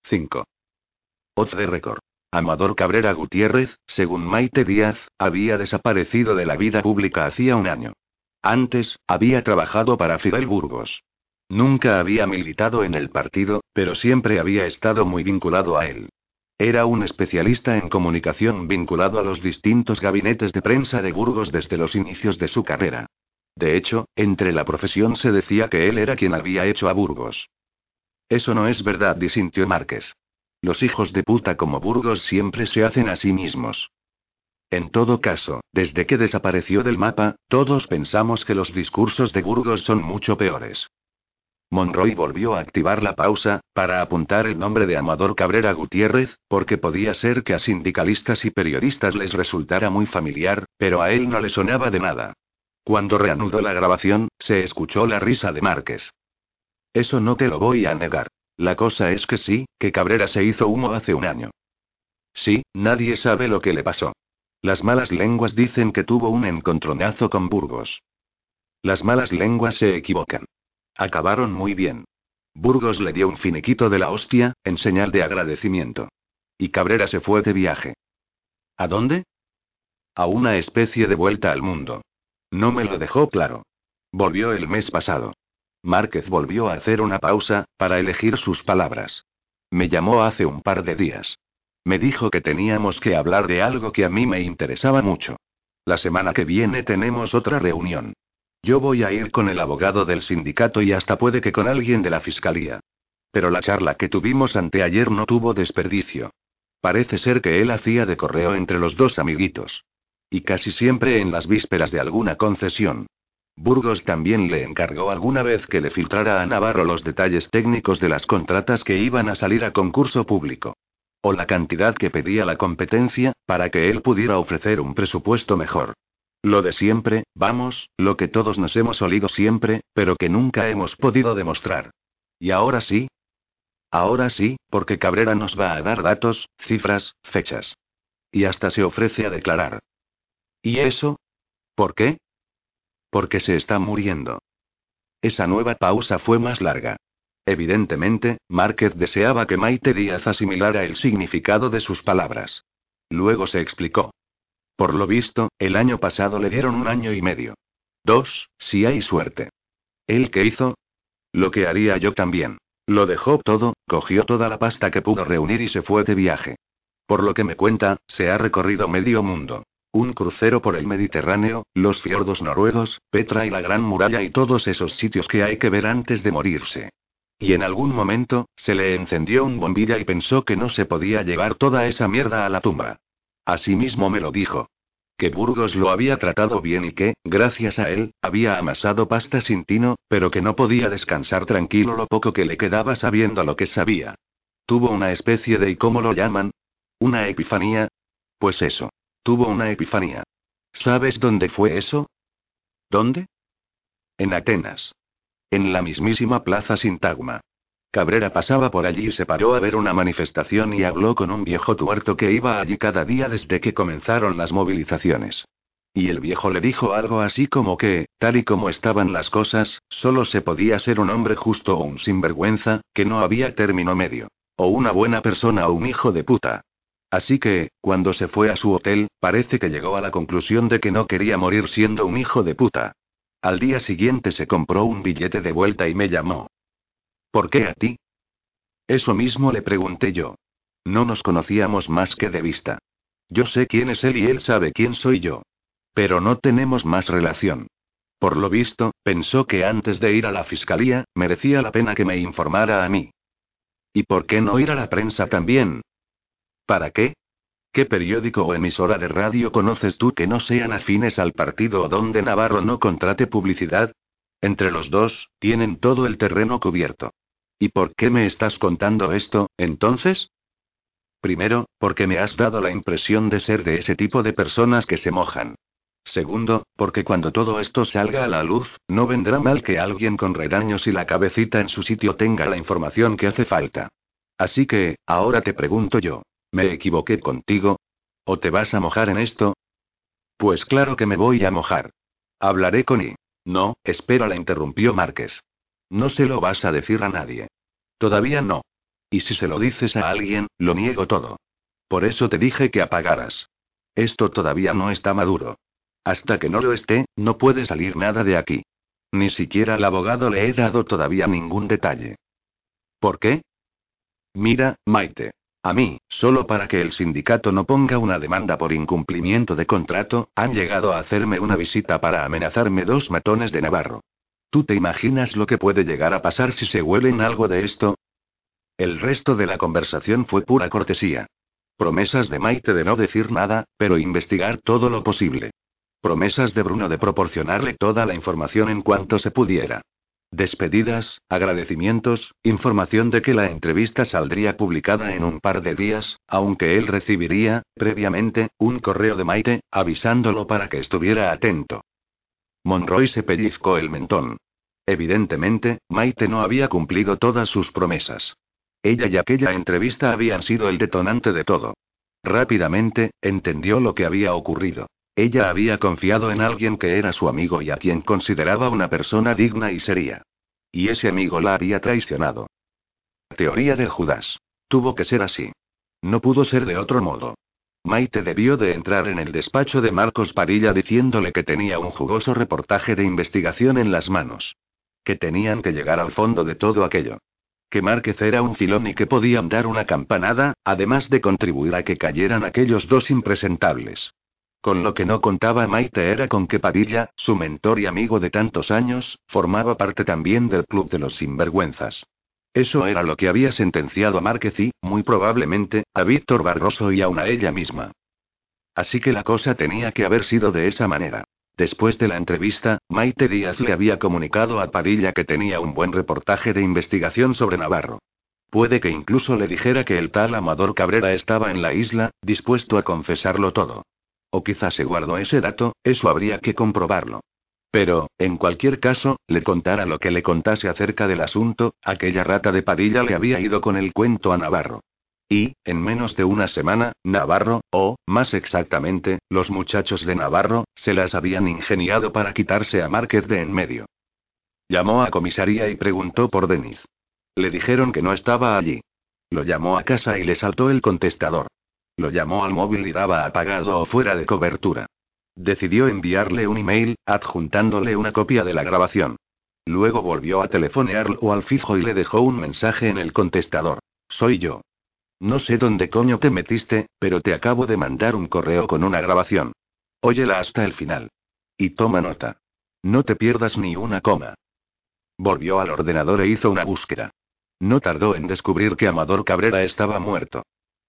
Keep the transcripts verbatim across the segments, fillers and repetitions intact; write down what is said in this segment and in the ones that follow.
cinco. Off the record. Amador Cabrera Gutiérrez, según Maite Díaz, había desaparecido de la vida pública hacía un año. Antes, había trabajado para Fidel Burgos. Nunca había militado en el partido, pero siempre había estado muy vinculado a él. Era un especialista en comunicación vinculado a los distintos gabinetes de prensa de Burgos desde los inicios de su carrera. De hecho, entre la profesión se decía que él era quien había hecho a Burgos. Eso no es verdad, disintió Márquez. Los hijos de puta como Burgos siempre se hacen a sí mismos. En todo caso, desde que desapareció del mapa, todos pensamos que los discursos de Burgos son mucho peores. Monroy volvió a activar la pausa, para apuntar el nombre de Amador Cabrera Gutiérrez, porque podía ser que a sindicalistas y periodistas les resultara muy familiar, pero a él no le sonaba de nada. Cuando reanudó la grabación, se escuchó la risa de Márquez. Eso no te lo voy a negar. La cosa es que sí, que Cabrera se hizo humo hace un año. Sí, nadie sabe lo que le pasó. Las malas lenguas dicen que tuvo un encontronazo con Burgos. Las malas lenguas se equivocan. Acabaron muy bien. Burgos le dio un finiquito de la hostia, en señal de agradecimiento. Y Cabrera se fue de viaje. ¿A dónde? A una especie de vuelta al mundo. No me lo dejó claro. Volvió el mes pasado. Márquez volvió a hacer una pausa, para elegir sus palabras. Me llamó hace un par de días. Me dijo que teníamos que hablar de algo que a mí me interesaba mucho. La semana que viene tenemos otra reunión. Yo voy a ir con el abogado del sindicato y hasta puede que con alguien de la fiscalía. Pero la charla que tuvimos anteayer no tuvo desperdicio. Parece ser que él hacía de correo entre los dos amiguitos. Y casi siempre en las vísperas de alguna concesión. Burgos también le encargó alguna vez que le filtrara a Navarro los detalles técnicos de las contratas que iban a salir a concurso público. O la cantidad que pedía la competencia, para que él pudiera ofrecer un presupuesto mejor. Lo de siempre, vamos, lo que todos nos hemos olido siempre, pero que nunca hemos podido demostrar. ¿Y ahora sí? Ahora sí, porque Cabrera nos va a dar datos, cifras, fechas. Y hasta se ofrece a declarar. ¿Y eso? ¿Por qué? Porque se está muriendo. Esa nueva pausa fue más larga. Evidentemente, Márquez deseaba que Maite Díaz asimilara el significado de sus palabras. Luego se explicó. Por lo visto, el año pasado le dieron un año y medio. Dos, si hay suerte. ¿Él qué hizo? Lo que haría yo también. Lo dejó todo, cogió toda la pasta que pudo reunir y se fue de viaje. Por lo que me cuenta, se ha recorrido medio mundo. Un crucero por el Mediterráneo, los fiordos noruegos, Petra y la Gran Muralla y todos esos sitios que hay que ver antes de morirse. Y en algún momento, se le encendió un bombilla y pensó que no se podía llevar toda esa mierda a la tumba. Así mismo me lo dijo. Que Burgos lo había tratado bien y que, gracias a él, había amasado pasta sin tino, pero que no podía descansar tranquilo lo poco que le quedaba sabiendo lo que sabía. Tuvo una especie de, ¿y cómo lo llaman? ¿Una epifanía? Pues eso. Tuvo una epifanía. ¿Sabes dónde fue eso? ¿Dónde? En Atenas. En la mismísima Plaza Sintagma. Cabrera pasaba por allí y se paró a ver una manifestación y habló con un viejo tuerto que iba allí cada día desde que comenzaron las movilizaciones. Y el viejo le dijo algo así como que, tal y como estaban las cosas, solo se podía ser un hombre justo o un sinvergüenza, que no había término medio. O una buena persona o un hijo de puta. Así que, cuando se fue a su hotel, parece que llegó a la conclusión de que no quería morir siendo un hijo de puta. Al día siguiente se compró un billete de vuelta y me llamó. ¿Por qué a ti? Eso mismo le pregunté yo. No nos conocíamos más que de vista. Yo sé quién es él y él sabe quién soy yo. Pero no tenemos más relación. Por lo visto, pensó que antes de ir a la fiscalía, merecía la pena que me informara a mí. ¿Y por qué no ir a la prensa también? ¿Para qué? ¿Qué periódico o emisora de radio conoces tú que no sean afines al partido o donde Navarro no contrate publicidad? Entre los dos, tienen todo el terreno cubierto. ¿Y por qué me estás contando esto, entonces? Primero, porque me has dado la impresión de ser de ese tipo de personas que se mojan. Segundo, porque cuando todo esto salga a la luz, no vendrá mal que alguien con redaños y la cabecita en su sitio tenga la información que hace falta. Así que, ahora te pregunto yo. ¿Me equivoqué contigo? ¿O te vas a mojar en esto? Pues claro que me voy a mojar. Hablaré con I. No, espera, la interrumpió Márquez. No se lo vas a decir a nadie. Todavía no. Y si se lo dices a alguien, lo niego todo. Por eso te dije que apagaras. Esto todavía no está maduro. Hasta que no lo esté, no puede salir nada de aquí. Ni siquiera al abogado le he dado todavía ningún detalle. ¿Por qué? Mira, Maite. A mí, solo para que el sindicato no ponga una demanda por incumplimiento de contrato, han llegado a hacerme una visita para amenazarme dos matones de Navarro. ¿Tú te imaginas lo que puede llegar a pasar si se huelen algo de esto? El resto de la conversación fue pura cortesía. Promesas de Maite de no decir nada, pero investigar todo lo posible. Promesas de Bruno de proporcionarle toda la información en cuanto se pudiera. Despedidas, agradecimientos, información de que la entrevista saldría publicada en un par de días, aunque él recibiría, previamente, un correo de Maite, avisándolo para que estuviera atento. Monroy se pellizcó el mentón. Evidentemente, Maite no había cumplido todas sus promesas. Ella y aquella entrevista habían sido el detonante de todo. Rápidamente, entendió lo que había ocurrido. Ella había confiado en alguien que era su amigo y a quien consideraba una persona digna y seria. Y ese amigo la había traicionado. Teoría del Judas. Tuvo que ser así. No pudo ser de otro modo. Maite debió de entrar en el despacho de Marcos Padilla diciéndole que tenía un jugoso reportaje de investigación en las manos. Que tenían que llegar al fondo de todo aquello. Que Márquez era un filón y que podían dar una campanada, además de contribuir a que cayeran aquellos dos impresentables. Con lo que no contaba Maite era con que Padilla, su mentor y amigo de tantos años, formaba parte también del club de los sinvergüenzas. Eso era lo que había sentenciado a Márquez y, muy probablemente, a Víctor Barroso y aun a ella misma. Así que la cosa tenía que haber sido de esa manera. Después de la entrevista, Maite Díaz le había comunicado a Padilla que tenía un buen reportaje de investigación sobre Navarro. Puede que incluso le dijera que el tal Amador Cabrera estaba en la isla, dispuesto a confesarlo todo. O quizás se guardó ese dato, eso habría que comprobarlo. Pero, en cualquier caso, le contara lo que le contase acerca del asunto, aquella rata de Padilla le había ido con el cuento a Navarro. Y, en menos de una semana, Navarro, o, más exactamente, los muchachos de Navarro, se las habían ingeniado para quitarse a Márquez de en medio. Llamó a comisaría y preguntó por Deniz. Le dijeron que no estaba allí. Lo llamó a casa y le saltó el contestador. Lo llamó al móvil y daba apagado o fuera de cobertura. Decidió enviarle un email, adjuntándole una copia de la grabación. Luego volvió a telefonearlo al fijo y le dejó un mensaje en el contestador. Soy yo. No sé dónde coño te metiste, pero te acabo de mandar un correo con una grabación. Óyela hasta el final. Y toma nota. No te pierdas ni una coma. Volvió al ordenador e hizo una búsqueda. No tardó en descubrir que Amador Cabrera estaba muerto.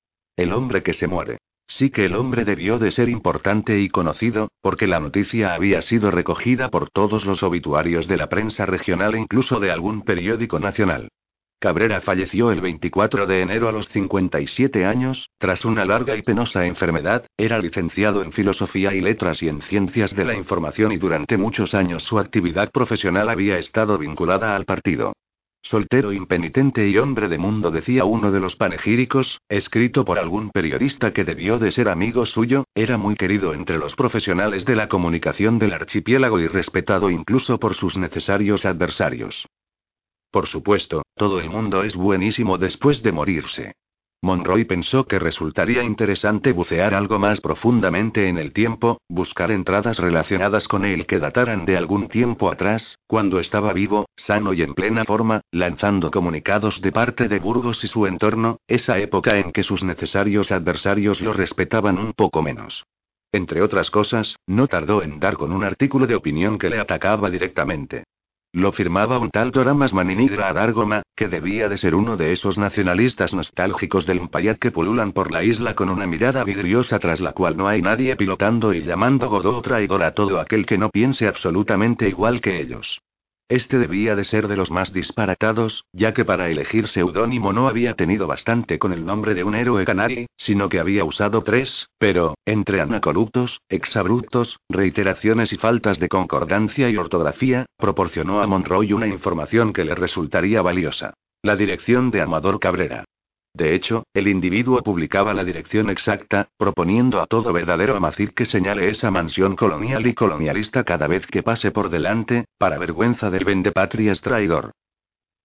El hombre que se muere. Sí que el hombre debió de ser importante y conocido, porque la noticia había sido recogida por todos los obituarios de la prensa regional e incluso de algún periódico nacional. Cabrera falleció el veinticuatro de enero a los cincuenta y siete años, tras una larga y penosa enfermedad. Era licenciado en Filosofía y Letras y en Ciencias de la Información y durante muchos años su actividad profesional había estado vinculada al partido. Soltero impenitente y hombre de mundo, decía uno de los panegíricos, escrito por algún periodista que debió de ser amigo suyo, era muy querido entre los profesionales de la comunicación del archipiélago y respetado incluso por sus necesarios adversarios. Por supuesto, todo el mundo es buenísimo después de morirse. Monroy pensó que resultaría interesante bucear algo más profundamente en el tiempo, buscar entradas relacionadas con él que dataran de algún tiempo atrás, cuando estaba vivo, sano y en plena forma, lanzando comunicados de parte de Burgos y su entorno, esa época en que sus necesarios adversarios lo respetaban un poco menos. Entre otras cosas, no tardó en dar con un artículo de opinión que le atacaba directamente. Lo firmaba un tal Doramas Maninigra Arárgoma, que debía de ser uno de esos nacionalistas nostálgicos del Umpayat que pululan por la isla con una mirada vidriosa tras la cual no hay nadie pilotando y llamando godó o traidor a todo aquel que no piense absolutamente igual que ellos. Este debía de ser de los más disparatados, ya que para elegir seudónimo no había tenido bastante con el nombre de un héroe canari, sino que había usado tres, pero, entre anacorruptos, exabruptos, reiteraciones y faltas de concordancia y ortografía, proporcionó a Monroy una información que le resultaría valiosa. La dirección de Amador Cabrera. De hecho, el individuo publicaba la dirección exacta, proponiendo a todo verdadero amazir que señale esa mansión colonial y colonialista cada vez que pase por delante, para vergüenza del vendepatrias traidor.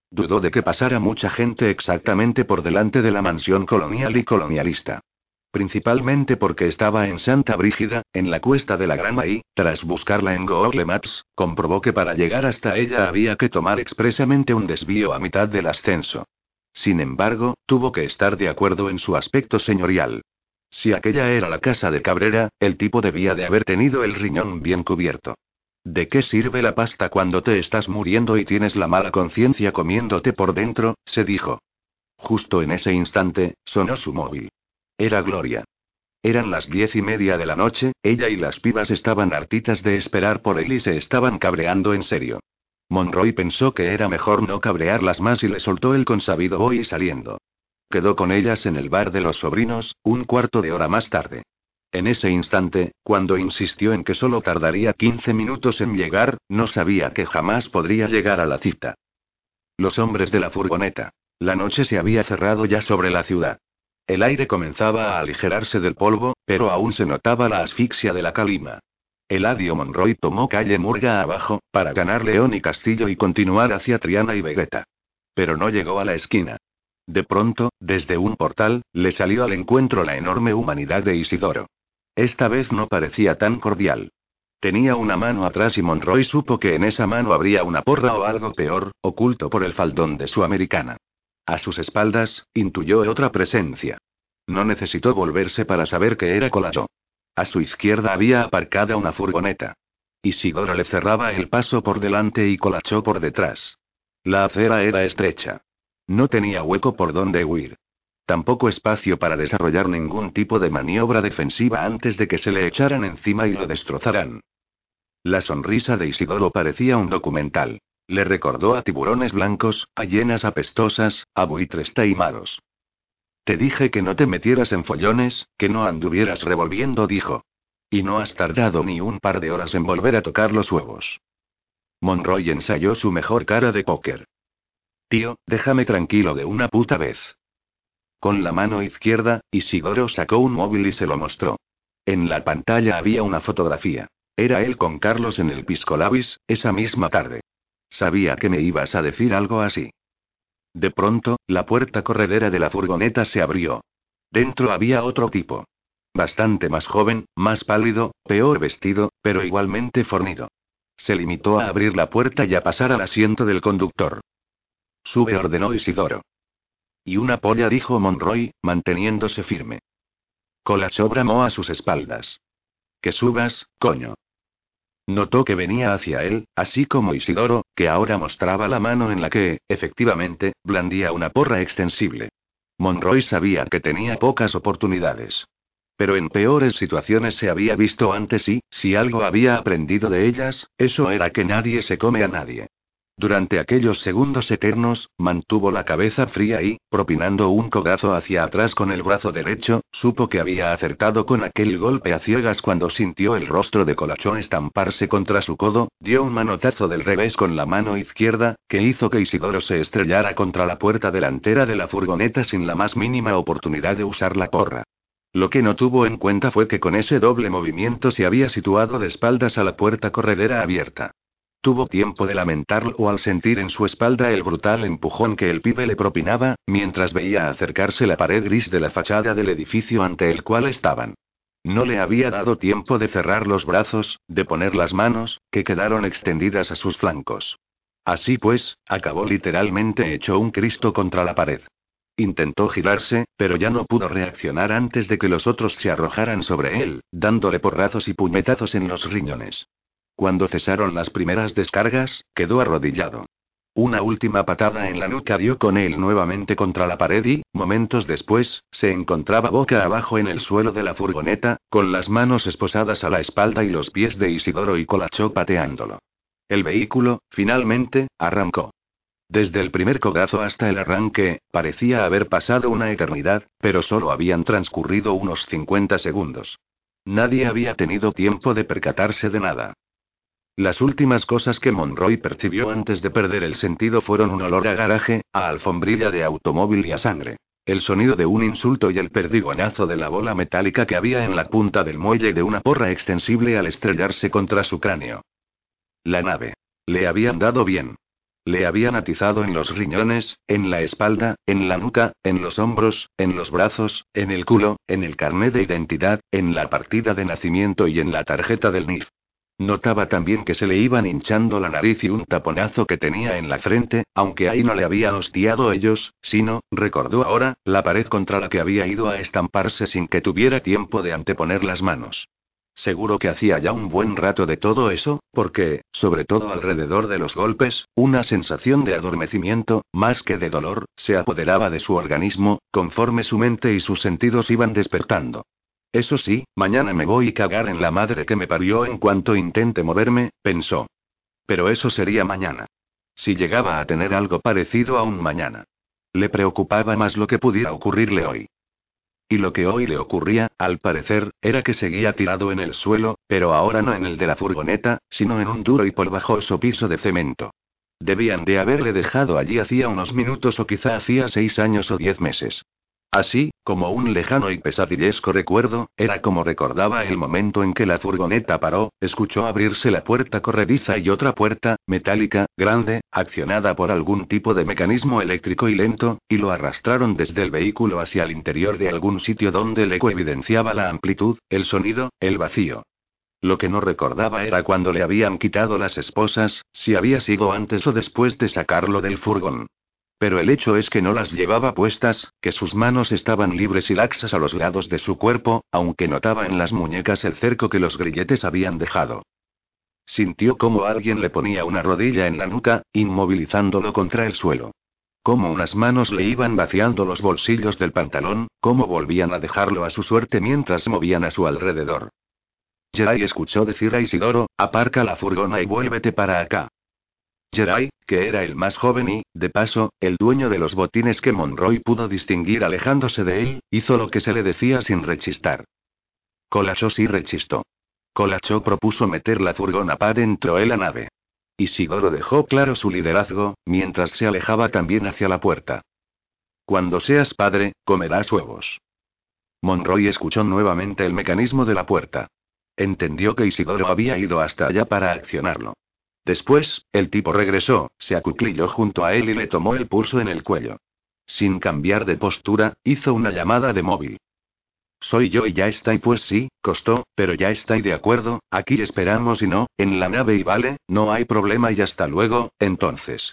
Dudó de que pasara mucha gente exactamente por delante de la mansión colonial y colonialista. Principalmente porque estaba en Santa Brígida, en la cuesta de la Grama y, tras buscarla en Google Maps, comprobó que para llegar hasta ella había que tomar expresamente un desvío a mitad del ascenso. Sin embargo, tuvo que estar de acuerdo en su aspecto señorial. Si aquella era la casa de Cabrera, el tipo debía de haber tenido el riñón bien cubierto. ¿De qué sirve la pasta cuando te estás muriendo y tienes la mala conciencia comiéndote por dentro?, se dijo. Justo en ese instante, sonó su móvil. Era Gloria. Eran las diez y media de la noche, ella y las pibas estaban hartitas de esperar por él y se estaban cabreando en serio. Monroy pensó que era mejor no cabrearlas más y le soltó el consabido voy saliendo. Quedó con ellas en el bar de los sobrinos, un cuarto de hora más tarde. En ese instante, cuando insistió en que solo tardaría quince minutos en llegar, no sabía que jamás podría llegar a la cita. Los hombres de la furgoneta. La noche se había cerrado ya sobre la ciudad. El aire comenzaba a aligerarse del polvo, pero aún se notaba la asfixia de la calima. Eladio Monroy tomó calle Murga abajo, para ganar León y Castillo y continuar hacia Triana y Vegeta. Pero no llegó a la esquina. De pronto, desde un portal, le salió al encuentro la enorme humanidad de Isidoro. Esta vez no parecía tan cordial. Tenía una mano atrás y Monroy supo que en esa mano habría una porra o algo peor, oculto por el faldón de su americana. A sus espaldas, intuyó otra presencia. No necesitó volverse para saber que era Colachó. A su izquierda había aparcada una furgoneta. Isidoro le cerraba el paso por delante y Colachó por detrás. La acera era estrecha. No tenía hueco por donde huir. Tampoco espacio para desarrollar ningún tipo de maniobra defensiva antes de que se le echaran encima y lo destrozaran. La sonrisa de Isidoro parecía un documental. Le recordó a tiburones blancos, a hienas apestosas, a buitres taimados. Te dije que no te metieras en follones, que no anduvieras revolviendo, dijo. Y no has tardado ni un par de horas en volver a tocar los huevos. Monroy ensayó su mejor cara de póker. Tío, déjame tranquilo de una puta vez. Con la mano izquierda, Isidoro sacó un móvil y se lo mostró. En la pantalla había una fotografía. Era él con Carlos en el Pisco Labis, esa misma tarde. Sabía que me ibas a decir algo así. De pronto, la puerta corredera de la furgoneta se abrió. Dentro había otro tipo. Bastante más joven, más pálido, peor vestido, pero igualmente fornido. Se limitó a abrir la puerta y a pasar al asiento del conductor. Sube, ordenó Isidoro. Y una polla, dijo Monroy, manteniéndose firme. Colachó bramó a sus espaldas. Que subas, coño. Notó que venía hacia él, así como Isidoro, que ahora mostraba la mano en la que, efectivamente, blandía una porra extensible. Monroy sabía que tenía pocas oportunidades. Pero en peores situaciones se había visto antes y, si algo había aprendido de ellas, eso era que nadie se come a nadie. Durante aquellos segundos eternos, mantuvo la cabeza fría y, propinando un codazo hacia atrás con el brazo derecho, supo que había acertado con aquel golpe a ciegas cuando sintió el rostro de Colachón estamparse contra su codo, dio un manotazo del revés con la mano izquierda, que hizo que Isidoro se estrellara contra la puerta delantera de la furgoneta sin la más mínima oportunidad de usar la porra. Lo que no tuvo en cuenta fue que con ese doble movimiento se había situado de espaldas a la puerta corredera abierta. Tuvo tiempo de lamentarlo al sentir en su espalda el brutal empujón que el pibe le propinaba, mientras veía acercarse la pared gris de la fachada del edificio ante el cual estaban. No le había dado tiempo de cerrar los brazos, de poner las manos, que quedaron extendidas a sus flancos. Así pues, acabó literalmente hecho un Cristo contra la pared. Intentó girarse, pero ya no pudo reaccionar antes de que los otros se arrojaran sobre él, dándole porrazos y puñetazos en los riñones. Cuando cesaron las primeras descargas, quedó arrodillado. Una última patada en la nuca dio con él nuevamente contra la pared y, momentos después, se encontraba boca abajo en el suelo de la furgoneta, con las manos esposadas a la espalda y los pies de Isidoro y Colachó pateándolo. El vehículo, finalmente, arrancó. Desde el primer codazo hasta el arranque, parecía haber pasado una eternidad, pero solo habían transcurrido unos cincuenta segundos. Nadie había tenido tiempo de percatarse de nada. Las últimas cosas que Monroy percibió antes de perder el sentido fueron un olor a garaje, a alfombrilla de automóvil y a sangre. El sonido de un insulto y el perdigonazo de la bola metálica que había en la punta del muelle de una porra extensible al estrellarse contra su cráneo. La nave. Le habían dado bien. Le habían atizado en los riñones, en la espalda, en la nuca, en los hombros, en los brazos, en el culo, en el carné de identidad, en la partida de nacimiento y en la tarjeta del N I F. Notaba también que se le iban hinchando la nariz y un taponazo que tenía en la frente, aunque ahí no le habían hostiado ellos, sino, recordó ahora, la pared contra la que había ido a estamparse sin que tuviera tiempo de anteponer las manos. Seguro que hacía ya un buen rato de todo eso, porque, sobre todo alrededor de los golpes, una sensación de adormecimiento, más que de dolor, se apoderaba de su organismo, conforme su mente y sus sentidos iban despertando. Eso sí, mañana me voy a cagar en la madre que me parió en cuanto intente moverme, pensó. Pero eso sería mañana. Si llegaba a tener algo parecido a un mañana. Le preocupaba más lo que pudiera ocurrirle hoy. Y lo que hoy le ocurría, al parecer, era que seguía tirado en el suelo, pero ahora no en el de la furgoneta, sino en un duro y polvajoso piso de cemento. Debían de haberle dejado allí hacía unos minutos o quizá hacía seis años o diez meses. Así, como un lejano y pesadillesco recuerdo, era como recordaba el momento en que la furgoneta paró, escuchó abrirse la puerta corrediza y otra puerta, metálica, grande, accionada por algún tipo de mecanismo eléctrico y lento, y lo arrastraron desde el vehículo hacia el interior de algún sitio donde el eco evidenciaba la amplitud, el sonido, el vacío. Lo que no recordaba era cuando le habían quitado las esposas, si había sido antes o después de sacarlo del furgón. Pero el hecho es que no las llevaba puestas, que sus manos estaban libres y laxas a los lados de su cuerpo, aunque notaba en las muñecas el cerco que los grilletes habían dejado. Sintió como alguien le ponía una rodilla en la nuca, inmovilizándolo contra el suelo. Cómo unas manos le iban vaciando los bolsillos del pantalón, cómo volvían a dejarlo a su suerte mientras se movían a su alrededor. Geray escuchó decir a Isidoro, aparca la furgona y vuélvete para acá. Geray, que era el más joven y, de paso, el dueño de los botines que Monroy pudo distinguir alejándose de él, hizo lo que se le decía sin rechistar. Colachó sí rechistó. Colachó propuso meter la furgona pa dentro de la nave. Isidoro dejó claro su liderazgo, mientras se alejaba también hacia la puerta. Cuando seas padre, comerás huevos. Monroy escuchó nuevamente el mecanismo de la puerta. Entendió que Isidoro había ido hasta allá para accionarlo. Después, el tipo regresó, se acuclilló junto a él y le tomó el pulso en el cuello. Sin cambiar de postura, hizo una llamada de móvil. Soy yo y ya está y pues sí, costó, pero ya está y de acuerdo, aquí esperamos y no, en la nave y vale, no hay problema y hasta luego, entonces.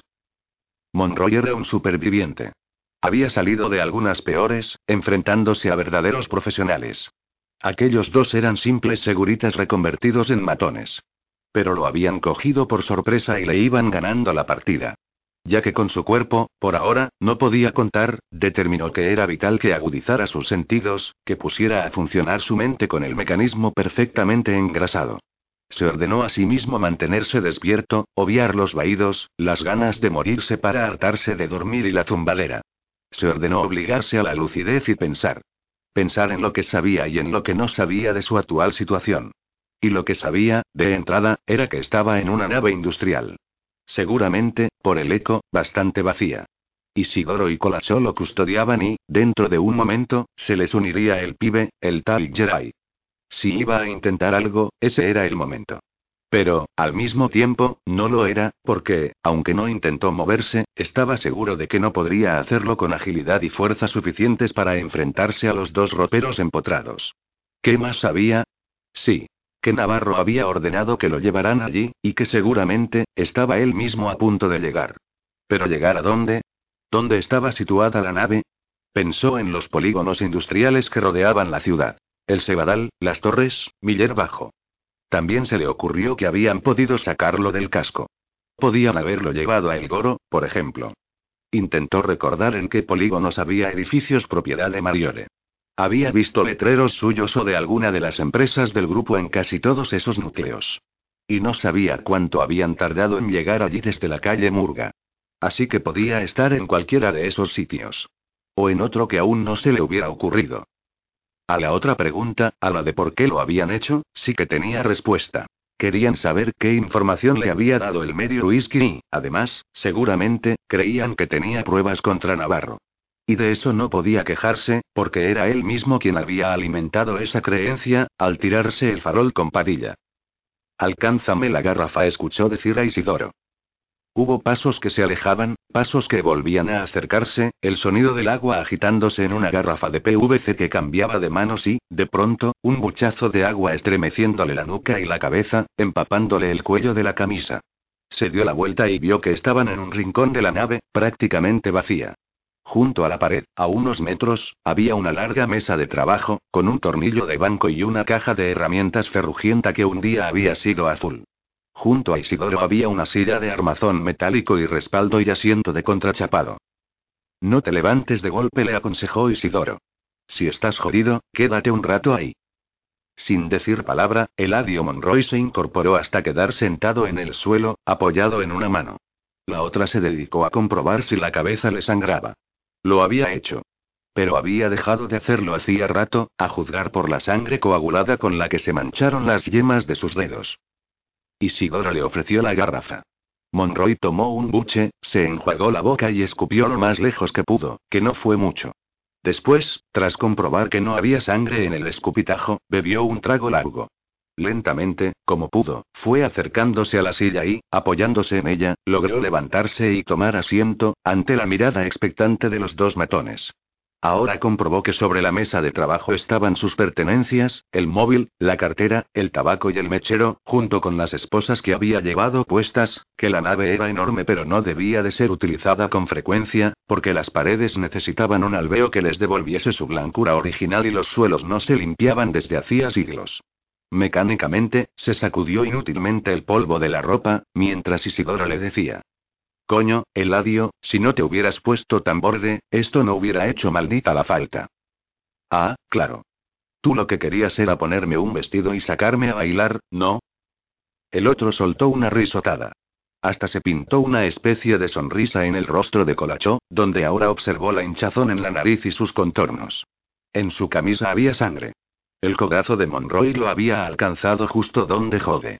Monroy era un superviviente. Había salido de algunas peores, enfrentándose a verdaderos profesionales. Aquellos dos eran simples seguritas reconvertidos en matones. Pero lo habían cogido por sorpresa y le iban ganando la partida. Ya que con su cuerpo, por ahora, no podía contar, determinó que era vital que agudizara sus sentidos, que pusiera a funcionar su mente con el mecanismo perfectamente engrasado. Se ordenó a sí mismo mantenerse despierto, obviar los vaídos, las ganas de morirse para hartarse de dormir y la zumbadera. Se ordenó obligarse a la lucidez y pensar. Pensar en lo que sabía y en lo que no sabía de su actual situación. Y lo que sabía, de entrada, era que estaba en una nave industrial. Seguramente, por el eco, bastante vacía. Isidoro y Colachó lo custodiaban y, dentro de un momento, se les uniría el pibe, el tal Geray. Si iba a intentar algo, ese era el momento. Pero, al mismo tiempo, no lo era, porque, aunque no intentó moverse, estaba seguro de que no podría hacerlo con agilidad y fuerza suficientes para enfrentarse a los dos roperos empotrados. ¿Qué más sabía? Sí. Que Navarro había ordenado que lo llevaran allí, y que seguramente, estaba él mismo a punto de llegar. ¿Pero llegar a dónde? ¿Dónde estaba situada la nave? Pensó en los polígonos industriales que rodeaban la ciudad. El Cebadal, las torres, Miller Bajo. También se le ocurrió que habían podido sacarlo del casco. Podían haberlo llevado a El Goro, por ejemplo. Intentó recordar en qué polígonos había edificios propiedad de Mariore. Había visto letreros suyos o de alguna de las empresas del grupo en casi todos esos núcleos. Y no sabía cuánto habían tardado en llegar allí desde la calle Murga. Así que podía estar en cualquiera de esos sitios. O en otro que aún no se le hubiera ocurrido. A la otra pregunta, a la de por qué lo habían hecho, sí que tenía respuesta. Querían saber qué información le había dado el medio whisky y, además, seguramente, creían que tenía pruebas contra Navarro. Y de eso no podía quejarse, porque era él mismo quien había alimentado esa creencia, al tirarse el farol con Padilla. Alcánzame la garrafa, escuchó decir a Isidoro. Hubo pasos que se alejaban, pasos que volvían a acercarse, el sonido del agua agitándose en una garrafa de P V C que cambiaba de manos y, de pronto, un buchazo de agua estremeciéndole la nuca y la cabeza, empapándole el cuello de la camisa. Se dio la vuelta y vio que estaban en un rincón de la nave, prácticamente vacía. Junto a la pared, a unos metros, había una larga mesa de trabajo, con un tornillo de banco y una caja de herramientas ferrugienta que un día había sido azul. Junto a Isidoro había una silla de armazón metálico y respaldo y asiento de contrachapado. No te levantes de golpe, le aconsejó Isidoro. Si estás jodido, quédate un rato ahí. Sin decir palabra, Eladio Monroy se incorporó hasta quedar sentado en el suelo, apoyado en una mano. La otra se dedicó a comprobar si la cabeza le sangraba. Lo había hecho. Pero había dejado de hacerlo hacía rato, a juzgar por la sangre coagulada con la que se mancharon las yemas de sus dedos. Isidoro le ofreció la garrafa. Monroy tomó un buche, se enjuagó la boca y escupió lo más lejos que pudo, que no fue mucho. Después, tras comprobar que no había sangre en el escupitajo, bebió un trago largo. Lentamente, como pudo, fue acercándose a la silla y, apoyándose en ella, logró levantarse y tomar asiento, ante la mirada expectante de los dos matones. Ahora comprobó que sobre la mesa de trabajo estaban sus pertenencias, el móvil, la cartera, el tabaco y el mechero, junto con las esposas que había llevado puestas, que la nave era enorme pero no debía de ser utilizada con frecuencia, porque las paredes necesitaban un alveo que les devolviese su blancura original y los suelos no se limpiaban desde hacía siglos. Mecánicamente, se sacudió inútilmente el polvo de la ropa, mientras Isidoro le decía: Coño, Eladio, si no te hubieras puesto tan borde, esto no hubiera hecho maldita la falta. Ah, claro. Tú lo que querías era ponerme un vestido y sacarme a bailar, ¿no? El otro soltó una risotada. Hasta se pintó una especie de sonrisa en el rostro de Colachó, donde ahora observó la hinchazón en la nariz y sus contornos. En su camisa había sangre. El codazo de Monroy lo había alcanzado justo donde jode.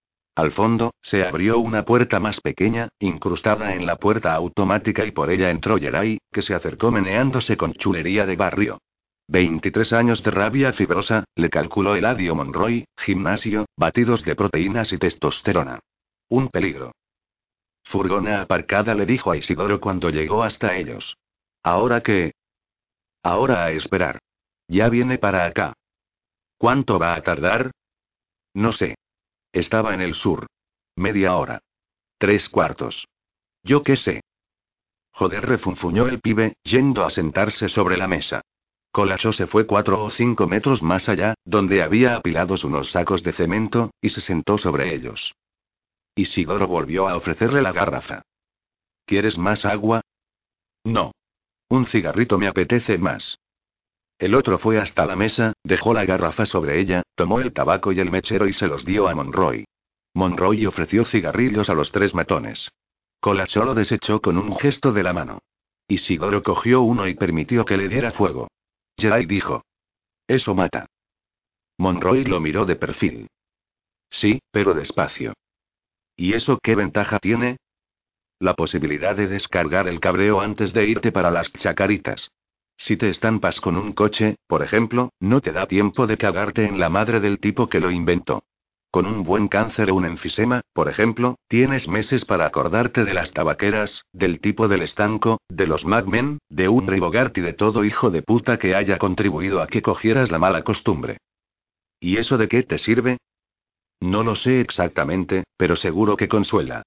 Al fondo, se abrió una puerta más pequeña, incrustada en la puerta automática y por ella entró Geray, que se acercó meneándose con chulería de barrio. Veintitrés años de rabia fibrosa, le calculó Eladio Monroy, gimnasio, batidos de proteínas y testosterona. Un peligro. Furgona aparcada, le dijo a Isidoro cuando llegó hasta ellos. ¿Ahora qué? Ahora a esperar. Ya viene para acá. ¿Cuánto va a tardar? No sé. Estaba en el sur. Media hora. Tres cuartos. Yo qué sé. Joder, refunfuñó el pibe, yendo a sentarse sobre la mesa. Colachó se fue cuatro o cinco metros más allá, donde había apilados unos sacos de cemento, y se sentó sobre ellos. Isidoro volvió a ofrecerle la garrafa. ¿Quieres más agua? No. Un cigarrito me apetece más. El otro fue hasta la mesa, dejó la garrafa sobre ella, tomó el tabaco y el mechero y se los dio a Monroy. Monroy ofreció cigarrillos a los tres matones. Colachó lo desechó con un gesto de la mano. Isidoro cogió uno y permitió que le diera fuego. Geray dijo: Eso mata. Monroy lo miró de perfil. Sí, pero despacio. ¿Y eso qué ventaja tiene? La posibilidad de descargar el cabreo antes de irte para las chacaritas. Si te estampas con un coche, por ejemplo, no te da tiempo de cagarte en la madre del tipo que lo inventó. Con un buen cáncer o un enfisema, por ejemplo, tienes meses para acordarte de las tabaqueras, del tipo del estanco, de los Mad Men, de un Bogart y de todo hijo de puta que haya contribuido a que cogieras la mala costumbre. ¿Y eso de qué te sirve? No lo sé exactamente, pero seguro que consuela.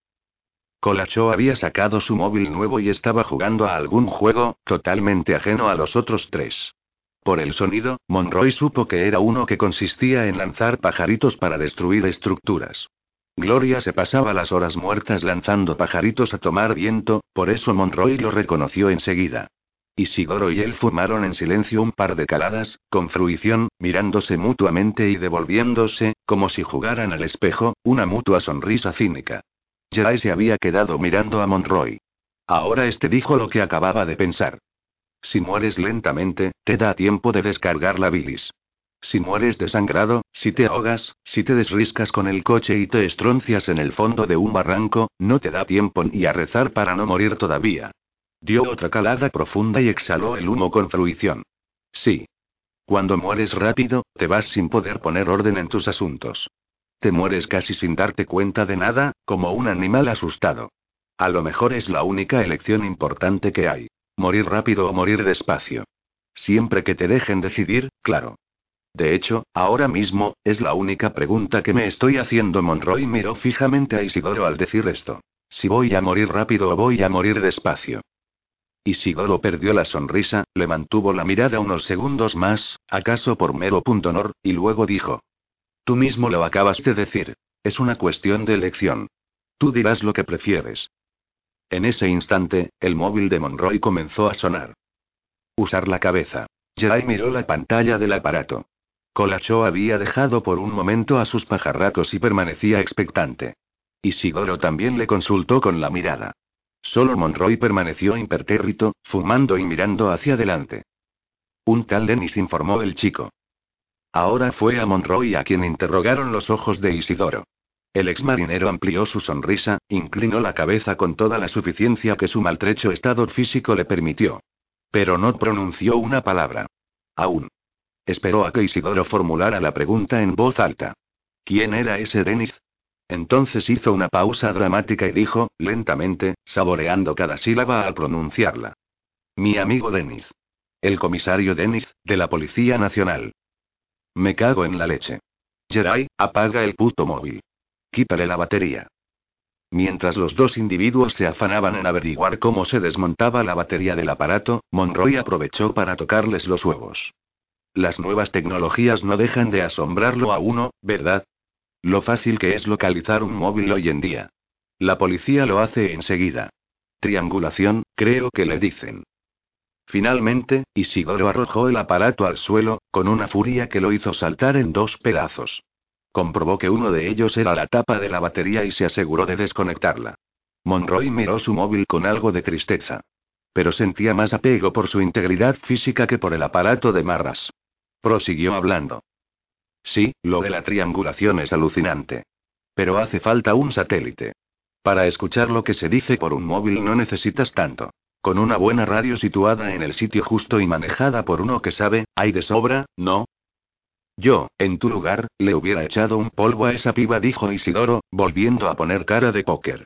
Colachó había sacado su móvil nuevo y estaba jugando a algún juego, totalmente ajeno a los otros tres. Por el sonido, Monroy supo que era uno que consistía en lanzar pajaritos para destruir estructuras. Gloria se pasaba las horas muertas lanzando pajaritos a tomar viento, por eso Monroy lo reconoció enseguida. Isidoro y él fumaron en silencio un par de caladas, con fruición, mirándose mutuamente y devolviéndose, como si jugaran al espejo, una mutua sonrisa cínica. Geray se había quedado mirando a Monroy. Ahora este dijo lo que acababa de pensar. Si mueres lentamente, te da tiempo de descargar la bilis. Si mueres desangrado, si te ahogas, si te desriscas con el coche y te estroncias en el fondo de un barranco, no te da tiempo ni a rezar para no morir todavía. Dio otra calada profunda y exhaló el humo con fruición. Sí. Cuando mueres rápido, te vas sin poder poner orden en tus asuntos. Te mueres casi sin darte cuenta de nada, como un animal asustado. A lo mejor es la única elección importante que hay. Morir rápido o morir despacio. Siempre que te dejen decidir, claro. De hecho, ahora mismo, es la única pregunta que me estoy haciendo. Monroy miró fijamente a Isidoro al decir esto. Si voy a morir rápido o voy a morir despacio. Isidoro perdió la sonrisa, le mantuvo la mirada unos segundos más, acaso por mero pundonor, y luego dijo. Tú mismo lo acabas de decir. Es una cuestión de elección. Tú dirás lo que prefieres. En ese instante, el móvil de Monroy comenzó a sonar. Usar la cabeza. Jerai miró la pantalla del aparato. Colacho había dejado por un momento a sus pajarracos y permanecía expectante. Isidoro también le consultó con la mirada. Solo Monroy permaneció impertérrito, fumando y mirando hacia adelante. Un tal Dennis, informó el chico. Ahora fue a Monroy a quien interrogaron los ojos de Isidoro. El exmarinero amplió su sonrisa, inclinó la cabeza con toda la suficiencia que su maltrecho estado físico le permitió. Pero no pronunció una palabra. Aún. Esperó a que Isidoro formulara la pregunta en voz alta. ¿Quién era ese Dennis? Entonces hizo una pausa dramática y dijo, lentamente, saboreando cada sílaba al pronunciarla. Mi amigo Dennis. El comisario Dennis, de la Policía Nacional. Me cago en la leche. Jerai, apaga el puto móvil. Quítale la batería. Mientras los dos individuos se afanaban en averiguar cómo se desmontaba la batería del aparato, Monroy aprovechó para tocarles los huevos. Las nuevas tecnologías no dejan de asombrarlo a uno, ¿verdad? Lo fácil que es localizar un móvil hoy en día. La policía lo hace enseguida. Triangulación, creo que le dicen. Finalmente, Isidoro arrojó el aparato al suelo, con una furia que lo hizo saltar en dos pedazos. Comprobó que uno de ellos era la tapa de la batería y se aseguró de desconectarla. Monroy miró su móvil con algo de tristeza. Pero sentía más apego por su integridad física que por el aparato de marras. Prosiguió hablando. Sí, lo de la triangulación es alucinante. Pero hace falta un satélite. Para escuchar lo que se dice por un móvil no necesitas tanto. Con una buena radio situada en el sitio justo y manejada por uno que sabe, hay de sobra, ¿no? Yo, en tu lugar, le hubiera echado un polvo a esa piba, dijo Isidoro, volviendo a poner cara de póker.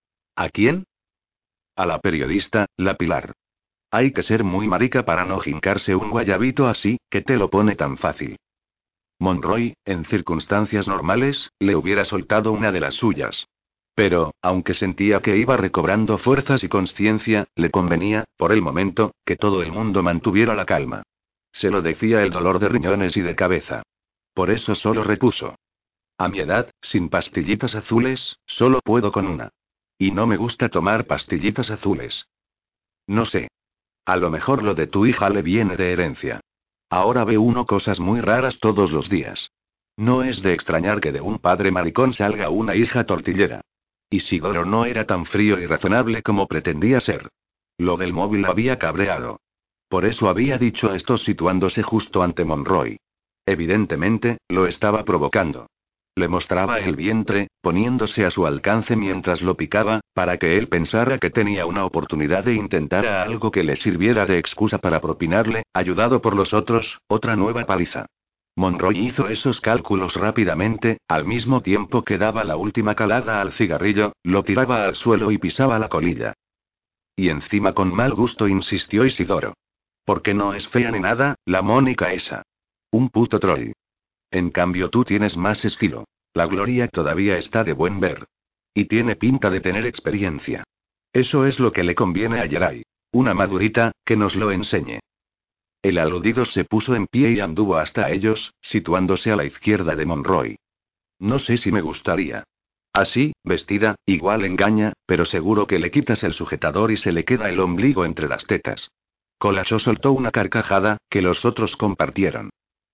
¿A quién? A la periodista, la Pilar. Hay que ser muy marica para no jincarse un guayabito así, que te lo pone tan fácil. Monroy, en circunstancias normales, le hubiera soltado una de las suyas. Pero, aunque sentía que iba recobrando fuerzas y conciencia, le convenía, por el momento, que todo el mundo mantuviera la calma. Se lo decía el dolor de riñones y de cabeza. Por eso solo repuso. A mi edad, sin pastillitas azules, solo puedo con una. Y no me gusta tomar pastillitas azules. No sé. A lo mejor lo de tu hija le viene de herencia. Ahora ve uno cosas muy raras todos los días. No es de extrañar que de un padre maricón salga una hija tortillera. Isidoro no era tan frío y razonable como pretendía ser. Lo del móvil lo había cabreado. Por eso había dicho esto situándose justo ante Monroy. Evidentemente, lo estaba provocando. Le mostraba el vientre, poniéndose a su alcance mientras lo picaba, para que él pensara que tenía una oportunidad de intentar algo que le sirviera de excusa para propinarle, ayudado por los otros, otra nueva paliza. Monroy hizo esos cálculos rápidamente, al mismo tiempo que daba la última calada al cigarrillo, lo tiraba al suelo y pisaba la colilla. Y encima con mal gusto insistió Isidoro. Porque no es fea ni nada, la Mónica esa. Un puto troll. En cambio tú tienes más estilo. La Gloria todavía está de buen ver. Y tiene pinta de tener experiencia. Eso es lo que le conviene a Jerai. Una madurita, que nos lo enseñe. El aludido se puso en pie y anduvo hasta ellos, situándose a la izquierda de Monroy. No sé si me gustaría. Así, vestida, igual engaña, pero seguro que le quitas el sujetador y se le queda el ombligo entre las tetas. Colacho soltó una carcajada, que los otros compartieron.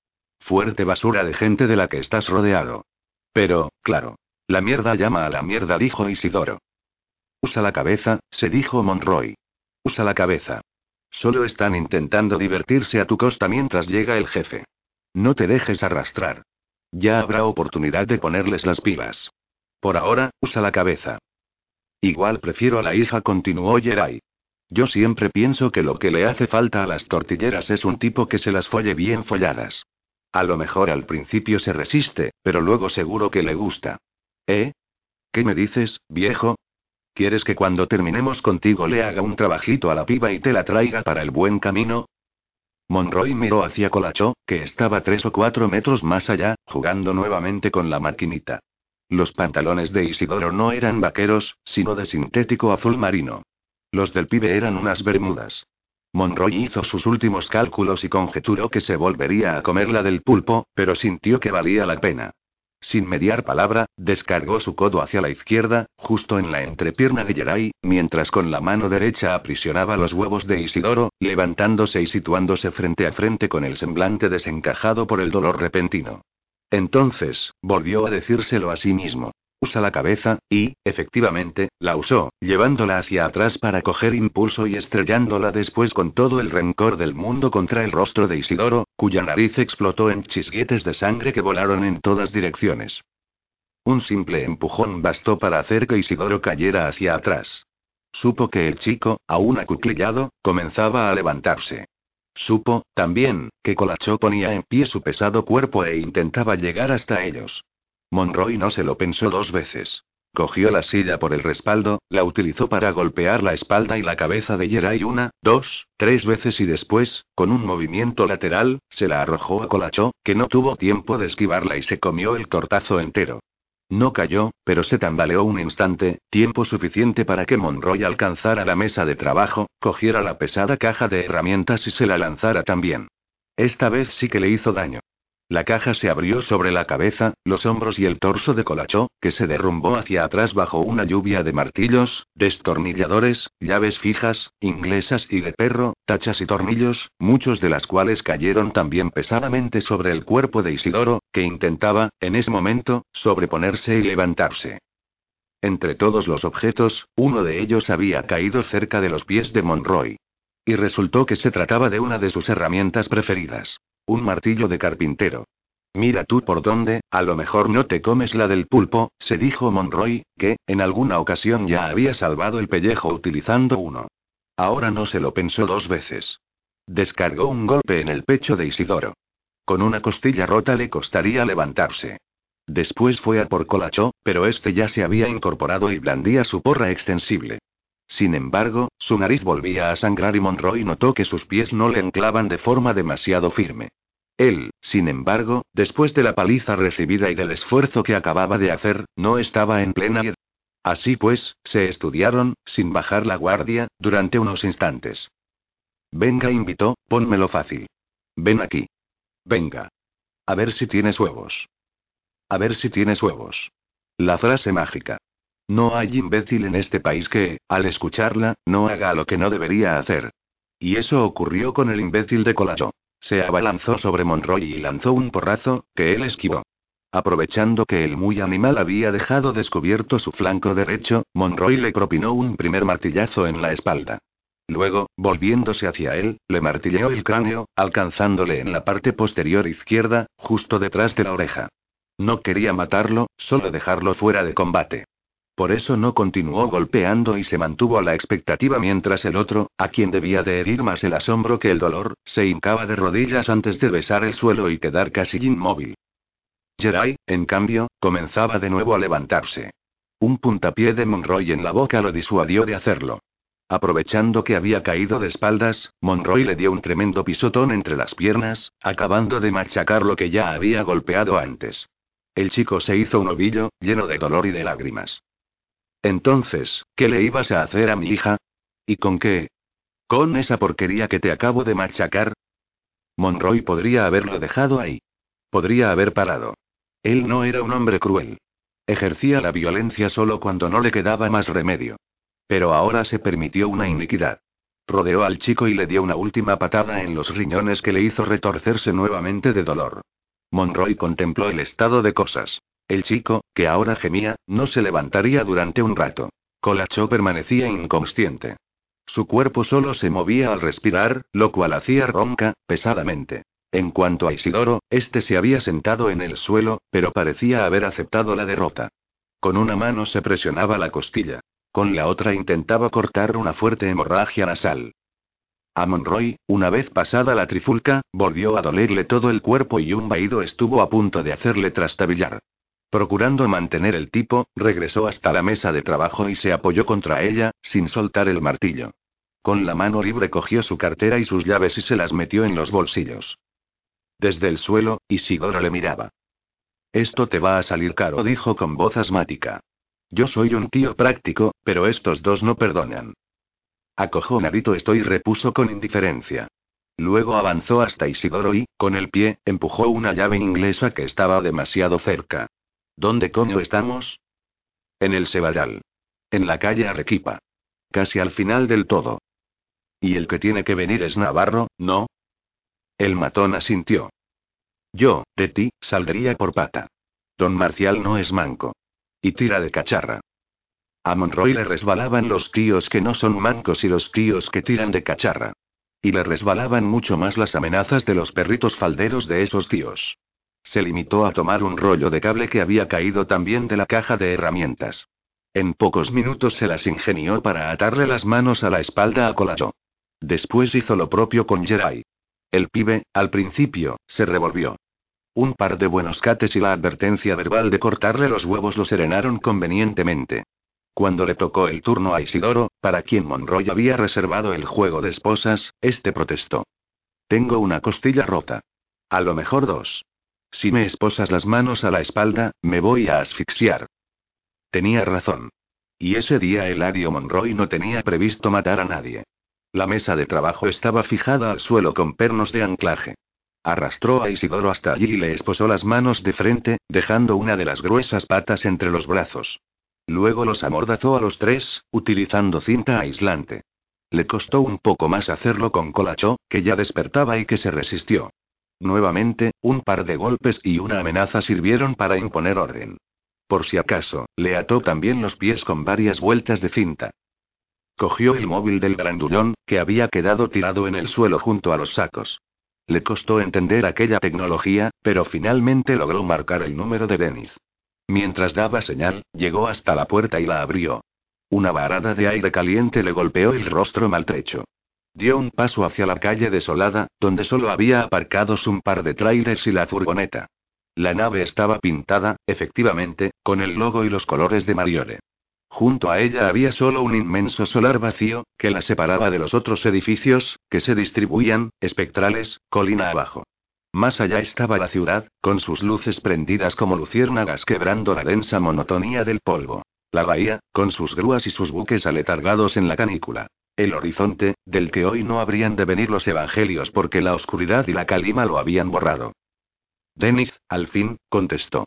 Fuerte basura de gente de la que estás rodeado. Pero, claro. La mierda llama a la mierda, dijo Isidoro. Usa la cabeza, se dijo Monroy. Usa la cabeza. Solo están intentando divertirse a tu costa mientras llega el jefe. No te dejes arrastrar. Ya habrá oportunidad de ponerles las pilas. Por ahora, usa la cabeza. Igual prefiero a la hija, continuó Jerai. Yo siempre pienso que lo que le hace falta a las tortilleras es un tipo que se las folle bien folladas. A lo mejor al principio se resiste, pero luego seguro que le gusta. ¿Eh? ¿Qué me dices, viejo? ¿Quieres que cuando terminemos contigo le haga un trabajito a la piba y te la traiga para el buen camino? Monroy miró hacia Colachó, que estaba tres o cuatro metros más allá, jugando nuevamente con la maquinita. Los pantalones de Isidoro no eran vaqueros, sino de sintético azul marino. Los del pibe eran unas bermudas. Monroy hizo sus últimos cálculos y conjeturó que se volvería a comer la del pulpo, pero sintió que valía la pena. Sin mediar palabra, descargó su codo hacia la izquierda, justo en la entrepierna de Geray, mientras con la mano derecha aprisionaba los huevos de Isidoro, levantándose y situándose frente a frente con el semblante desencajado por el dolor repentino. Entonces, volvió a decírselo a sí mismo. Usa la cabeza, y, efectivamente, la usó, llevándola hacia atrás para coger impulso y estrellándola después con todo el rencor del mundo contra el rostro de Isidoro, cuya nariz explotó en chisguetes de sangre que volaron en todas direcciones. Un simple empujón bastó para hacer que Isidoro cayera hacia atrás. Supo que el chico, aún acuclillado, comenzaba a levantarse. Supo, también, que Colachó ponía en pie su pesado cuerpo e intentaba llegar hasta ellos. Monroy no se lo pensó dos veces. Cogió la silla por el respaldo, la utilizó para golpear la espalda y la cabeza de Geray una, dos, tres veces y después, con un movimiento lateral, se la arrojó a Colachó, que no tuvo tiempo de esquivarla y se comió el tortazo entero. No cayó, pero se tambaleó un instante, tiempo suficiente para que Monroy alcanzara la mesa de trabajo, cogiera la pesada caja de herramientas y se la lanzara también. Esta vez sí que le hizo daño. La caja se abrió sobre la cabeza, los hombros y el torso de Colachó, que se derrumbó hacia atrás bajo una lluvia de martillos, destornilladores, llaves fijas, inglesas y de perro, tachas y tornillos, muchos de las cuales cayeron también pesadamente sobre el cuerpo de Isidoro, que intentaba, en ese momento, sobreponerse y levantarse. Entre todos los objetos, uno de ellos había caído cerca de los pies de Monroy. Y resultó que se trataba de una de sus herramientas preferidas. Un martillo de carpintero. Mira tú por dónde, a lo mejor no te comes la del pulpo, se dijo Monroy, que, en alguna ocasión ya había salvado el pellejo utilizando uno. Ahora no se lo pensó dos veces. Descargó un golpe en el pecho de Isidoro. Con una costilla rota le costaría levantarse. Después fue a por Colachó, pero este ya se había incorporado y blandía su porra extensible. Sin embargo, su nariz volvía a sangrar y Monroy notó que sus pies no le anclaban de forma demasiado firme. Él, sin embargo, después de la paliza recibida y del esfuerzo que acababa de hacer, no estaba en plena edad. Así pues, se estudiaron, sin bajar la guardia, durante unos instantes. Venga, invitó, pónmelo fácil. Ven aquí. Venga. A ver si tienes huevos. A ver si tienes huevos. La frase mágica. No hay imbécil en este país que, al escucharla, no haga lo que no debería hacer. Y eso ocurrió con el imbécil de Colachó. Se abalanzó sobre Monroy y lanzó un porrazo, que él esquivó. Aprovechando que el muy animal había dejado descubierto su flanco derecho, Monroy le propinó un primer martillazo en la espalda. Luego, volviéndose hacia él, le martilleó el cráneo, alcanzándole en la parte posterior izquierda, justo detrás de la oreja. No quería matarlo, solo dejarlo fuera de combate. Por eso no continuó golpeando y se mantuvo a la expectativa mientras el otro, a quien debía de herir más el asombro que el dolor, se hincaba de rodillas antes de besar el suelo y quedar casi inmóvil. Geray, en cambio, comenzaba de nuevo a levantarse. Un puntapié de Monroy en la boca lo disuadió de hacerlo. Aprovechando que había caído de espaldas, Monroy le dio un tremendo pisotón entre las piernas, acabando de machacar lo que ya había golpeado antes. El chico se hizo un ovillo, lleno de dolor y de lágrimas. Entonces, ¿qué le ibas a hacer a mi hija? ¿Y con qué? ¿Con esa porquería que te acabo de machacar? Monroy podría haberlo dejado ahí. Podría haber parado. Él no era un hombre cruel. Ejercía la violencia solo cuando no le quedaba más remedio. Pero ahora se permitió una iniquidad. Rodeó al chico y le dio una última patada en los riñones que le hizo retorcerse nuevamente de dolor. Monroy contempló el estado de cosas. El chico, que ahora gemía, no se levantaría durante un rato. Colachó permanecía inconsciente. Su cuerpo solo se movía al respirar, lo cual hacía ronca, pesadamente. En cuanto a Isidoro, este se había sentado en el suelo, pero parecía haber aceptado la derrota. Con una mano se presionaba la costilla. Con la otra intentaba cortar una fuerte hemorragia nasal. A Monroy, una vez pasada la trifulca, volvió a dolerle todo el cuerpo y un vaído estuvo a punto de hacerle trastabillar. Procurando mantener el tipo, regresó hasta la mesa de trabajo y se apoyó contra ella, sin soltar el martillo. Con la mano libre cogió su cartera y sus llaves y se las metió en los bolsillos. Desde el suelo, Isidoro le miraba. Esto te va a salir caro, dijo con voz asmática. Yo soy un tío práctico, pero estos dos no perdonan. Acojonadito estoy, repuso con indiferencia. Luego avanzó hasta Isidoro y, con el pie, empujó una llave inglesa que estaba demasiado cerca. ¿Dónde coño estamos? En el Sebadal. En la calle Arequipa. Casi al final del todo. Y el que tiene que venir es Navarro, ¿no? El matón asintió. Yo, de ti, saldría por pata. Don Marcial no es manco. Y tira de cacharra. A Monroy le resbalaban los tíos que no son mancos y los tíos que tiran de cacharra. Y le resbalaban mucho más las amenazas de los perritos falderos de esos tíos. Se limitó a tomar un rollo de cable que había caído también de la caja de herramientas. En pocos minutos se las ingenió para atarle las manos a la espalda a Colacho. Después hizo lo propio con Geray. El pibe, al principio, se revolvió. Un par de buenos cates y la advertencia verbal de cortarle los huevos lo serenaron convenientemente. Cuando le tocó el turno a Isidoro, para quien Monroy había reservado el juego de esposas, este protestó. Tengo una costilla rota. A lo mejor dos. Si me esposas las manos a la espalda, me voy a asfixiar. Tenía razón. Y ese día Eladio Monroy no tenía previsto matar a nadie. La mesa de trabajo estaba fijada al suelo con pernos de anclaje. Arrastró a Isidoro hasta allí y le esposó las manos de frente, dejando una de las gruesas patas entre los brazos. Luego los amordazó a los tres, utilizando cinta aislante. Le costó un poco más hacerlo con Colacho, que ya despertaba y que se resistió. Nuevamente, un par de golpes y una amenaza sirvieron para imponer orden. Por si acaso, le ató también los pies con varias vueltas de cinta. Cogió el móvil del grandullón, que había quedado tirado en el suelo junto a los sacos. Le costó entender aquella tecnología, pero finalmente logró marcar el número de Dennis. Mientras daba señal, llegó hasta la puerta y la abrió. Una varada de aire caliente le golpeó el rostro maltrecho. Dio un paso hacia la calle desolada, donde solo había aparcados un par de trailers y la furgoneta. La nave estaba pintada, efectivamente, con el logo y los colores de Mariore. Junto a ella había solo un inmenso solar vacío, que la separaba de los otros edificios, que se distribuían, espectrales, colina abajo. Más allá estaba la ciudad, con sus luces prendidas como luciérnagas quebrando la densa monotonía del polvo. La bahía, con sus grúas y sus buques aletargados en la canícula. El horizonte, del que hoy no habrían de venir los evangelios porque la oscuridad y la calima lo habían borrado. Dennis, al fin, contestó.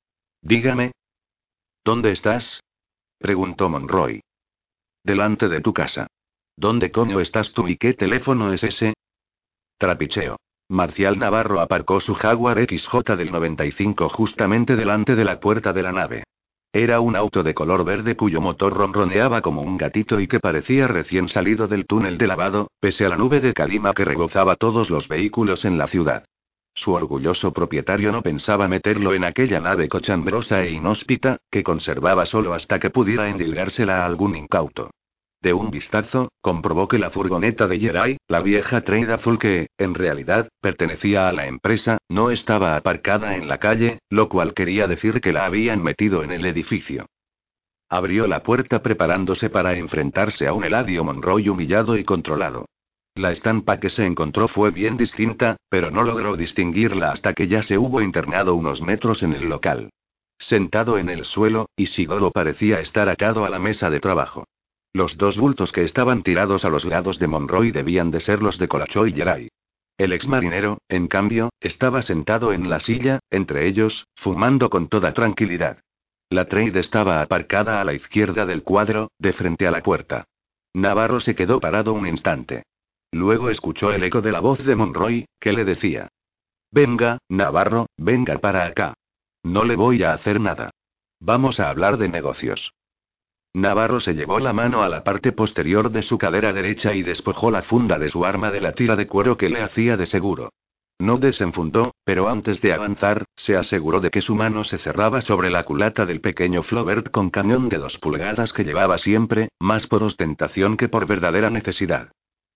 Dígame. ¿Dónde estás? Preguntó Monroy. Delante de tu casa. ¿Dónde coño estás tú y qué teléfono es ese? Trapicheo. Marcial Navarro aparcó su Jaguar X J del noventa y cinco justamente delante de la puerta de la nave. Era un auto de color verde cuyo motor ronroneaba como un gatito y que parecía recién salido del túnel de lavado, pese a la nube de calima que rebozaba todos los vehículos en la ciudad. Su orgulloso propietario no pensaba meterlo en aquella nave cochambrosa e inhóspita, que conservaba solo hasta que pudiera endilgársela a algún incauto. De un vistazo, comprobó que la furgoneta de Geray, la vieja Trade azul que, en realidad, pertenecía a la empresa, no estaba aparcada en la calle, lo cual quería decir que la habían metido en el edificio. Abrió la puerta preparándose para enfrentarse a un Eladio Monroy humillado y controlado. La estampa que se encontró fue bien distinta, pero no logró distinguirla hasta que ya se hubo internado unos metros en el local. Sentado en el suelo, Isidoro parecía estar atado a la mesa de trabajo. Los dos bultos que estaban tirados a los lados de Monroy debían de ser los de Colacho y Geray. El exmarinero, en cambio, estaba sentado en la silla, entre ellos, fumando con toda tranquilidad. La Trade estaba aparcada a la izquierda del cuadro, de frente a la puerta. Navarro se quedó parado un instante. Luego escuchó el eco de la voz de Monroy, que le decía. Venga, Navarro, venga para acá. No le voy a hacer nada. Vamos a hablar de negocios. Navarro se llevó la mano a la parte posterior de su cadera derecha y despojó la funda de su arma de la tira de cuero que le hacía de seguro. No desenfundó, pero antes de avanzar, se aseguró de que su mano se cerraba sobre la culata del pequeño Flaubert con cañón de dos pulgadas que llevaba siempre, más por ostentación que por verdadera necesidad.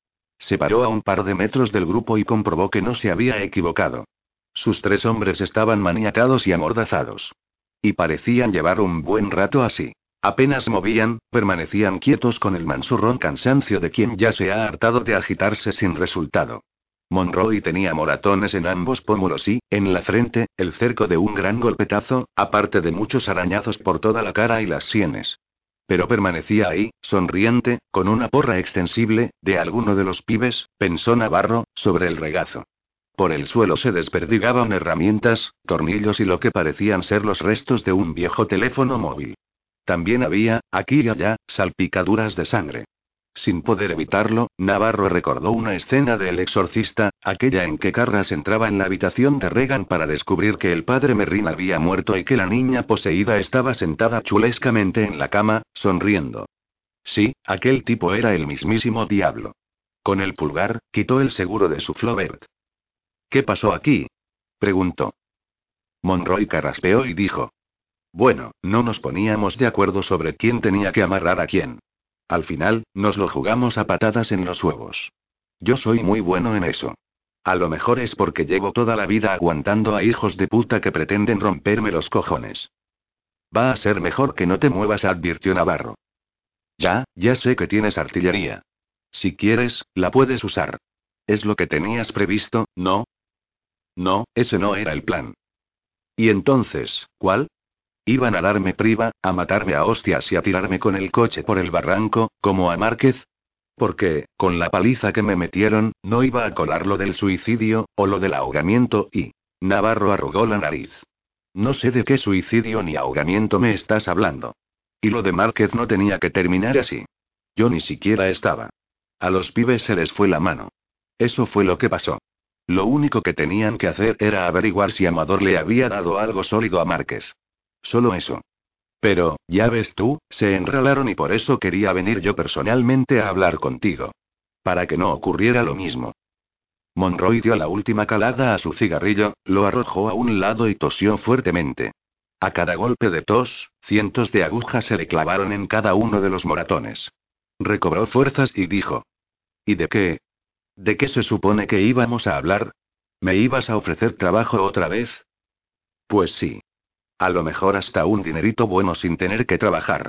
Se paró a un par de metros del grupo y comprobó que no se había equivocado. Sus tres hombres estaban maniatados y amordazados. Y parecían llevar un buen rato así. Apenas movían, permanecían quietos con el mansurrón cansancio de quien ya se ha hartado de agitarse sin resultado. Monroy tenía moratones en ambos pómulos y, en la frente, el cerco de un gran golpetazo, aparte de muchos arañazos por toda la cara y las sienes. Pero permanecía ahí, sonriente, con una porra extensible, de alguno de los pibes, pensó Navarro, sobre el regazo. Por el suelo se desperdigaban herramientas, tornillos y lo que parecían ser los restos de un viejo teléfono móvil. También había, aquí y allá, salpicaduras de sangre. Sin poder evitarlo, Navarro recordó una escena de El Exorcista, aquella en que Carras entraba en la habitación de Regan para descubrir que el padre Merrin había muerto y que la niña poseída estaba sentada chulescamente en la cama, sonriendo. Sí, aquel tipo era el mismísimo diablo. Con el pulgar, quitó el seguro de su Flaubert. ¿Qué pasó aquí?, preguntó. Monroy carraspeó y dijo. Bueno, no nos poníamos de acuerdo sobre quién tenía que amarrar a quién. Al final, nos lo jugamos a patadas en los huevos. Yo soy muy bueno en eso. A lo mejor es porque llevo toda la vida aguantando a hijos de puta que pretenden romperme los cojones. Va a ser mejor que no te muevas, advirtió Navarro. Ya, ya sé que tienes artillería. Si quieres, la puedes usar. ¿Es lo que tenías previsto, no? No, ese no era el plan. ¿Y entonces, cuál? ¿Iban a darme priva, a matarme a hostias y a tirarme con el coche por el barranco, como a Márquez? Porque, con la paliza que me metieron, no iba a colar lo del suicidio, o lo del ahogamiento y... Navarro arrugó la nariz. No sé de qué suicidio ni ahogamiento me estás hablando. Y lo de Márquez no tenía que terminar así. Yo ni siquiera estaba. A los pibes se les fue la mano. Eso fue lo que pasó. Lo único que tenían que hacer era averiguar si Amador le había dado algo sólido a Márquez. Solo eso. Pero, ya ves tú, se enrelaron y por eso quería venir yo personalmente a hablar contigo. Para que no ocurriera lo mismo. Monroy dio la última calada a su cigarrillo, lo arrojó a un lado y tosió fuertemente. A cada golpe de tos, cientos de agujas se le clavaron en cada uno de los moratones. Recobró fuerzas y dijo. ¿Y de qué? ¿De qué se supone que íbamos a hablar? ¿Me ibas a ofrecer trabajo otra vez? Pues sí. A lo mejor hasta un dinerito bueno sin tener que trabajar.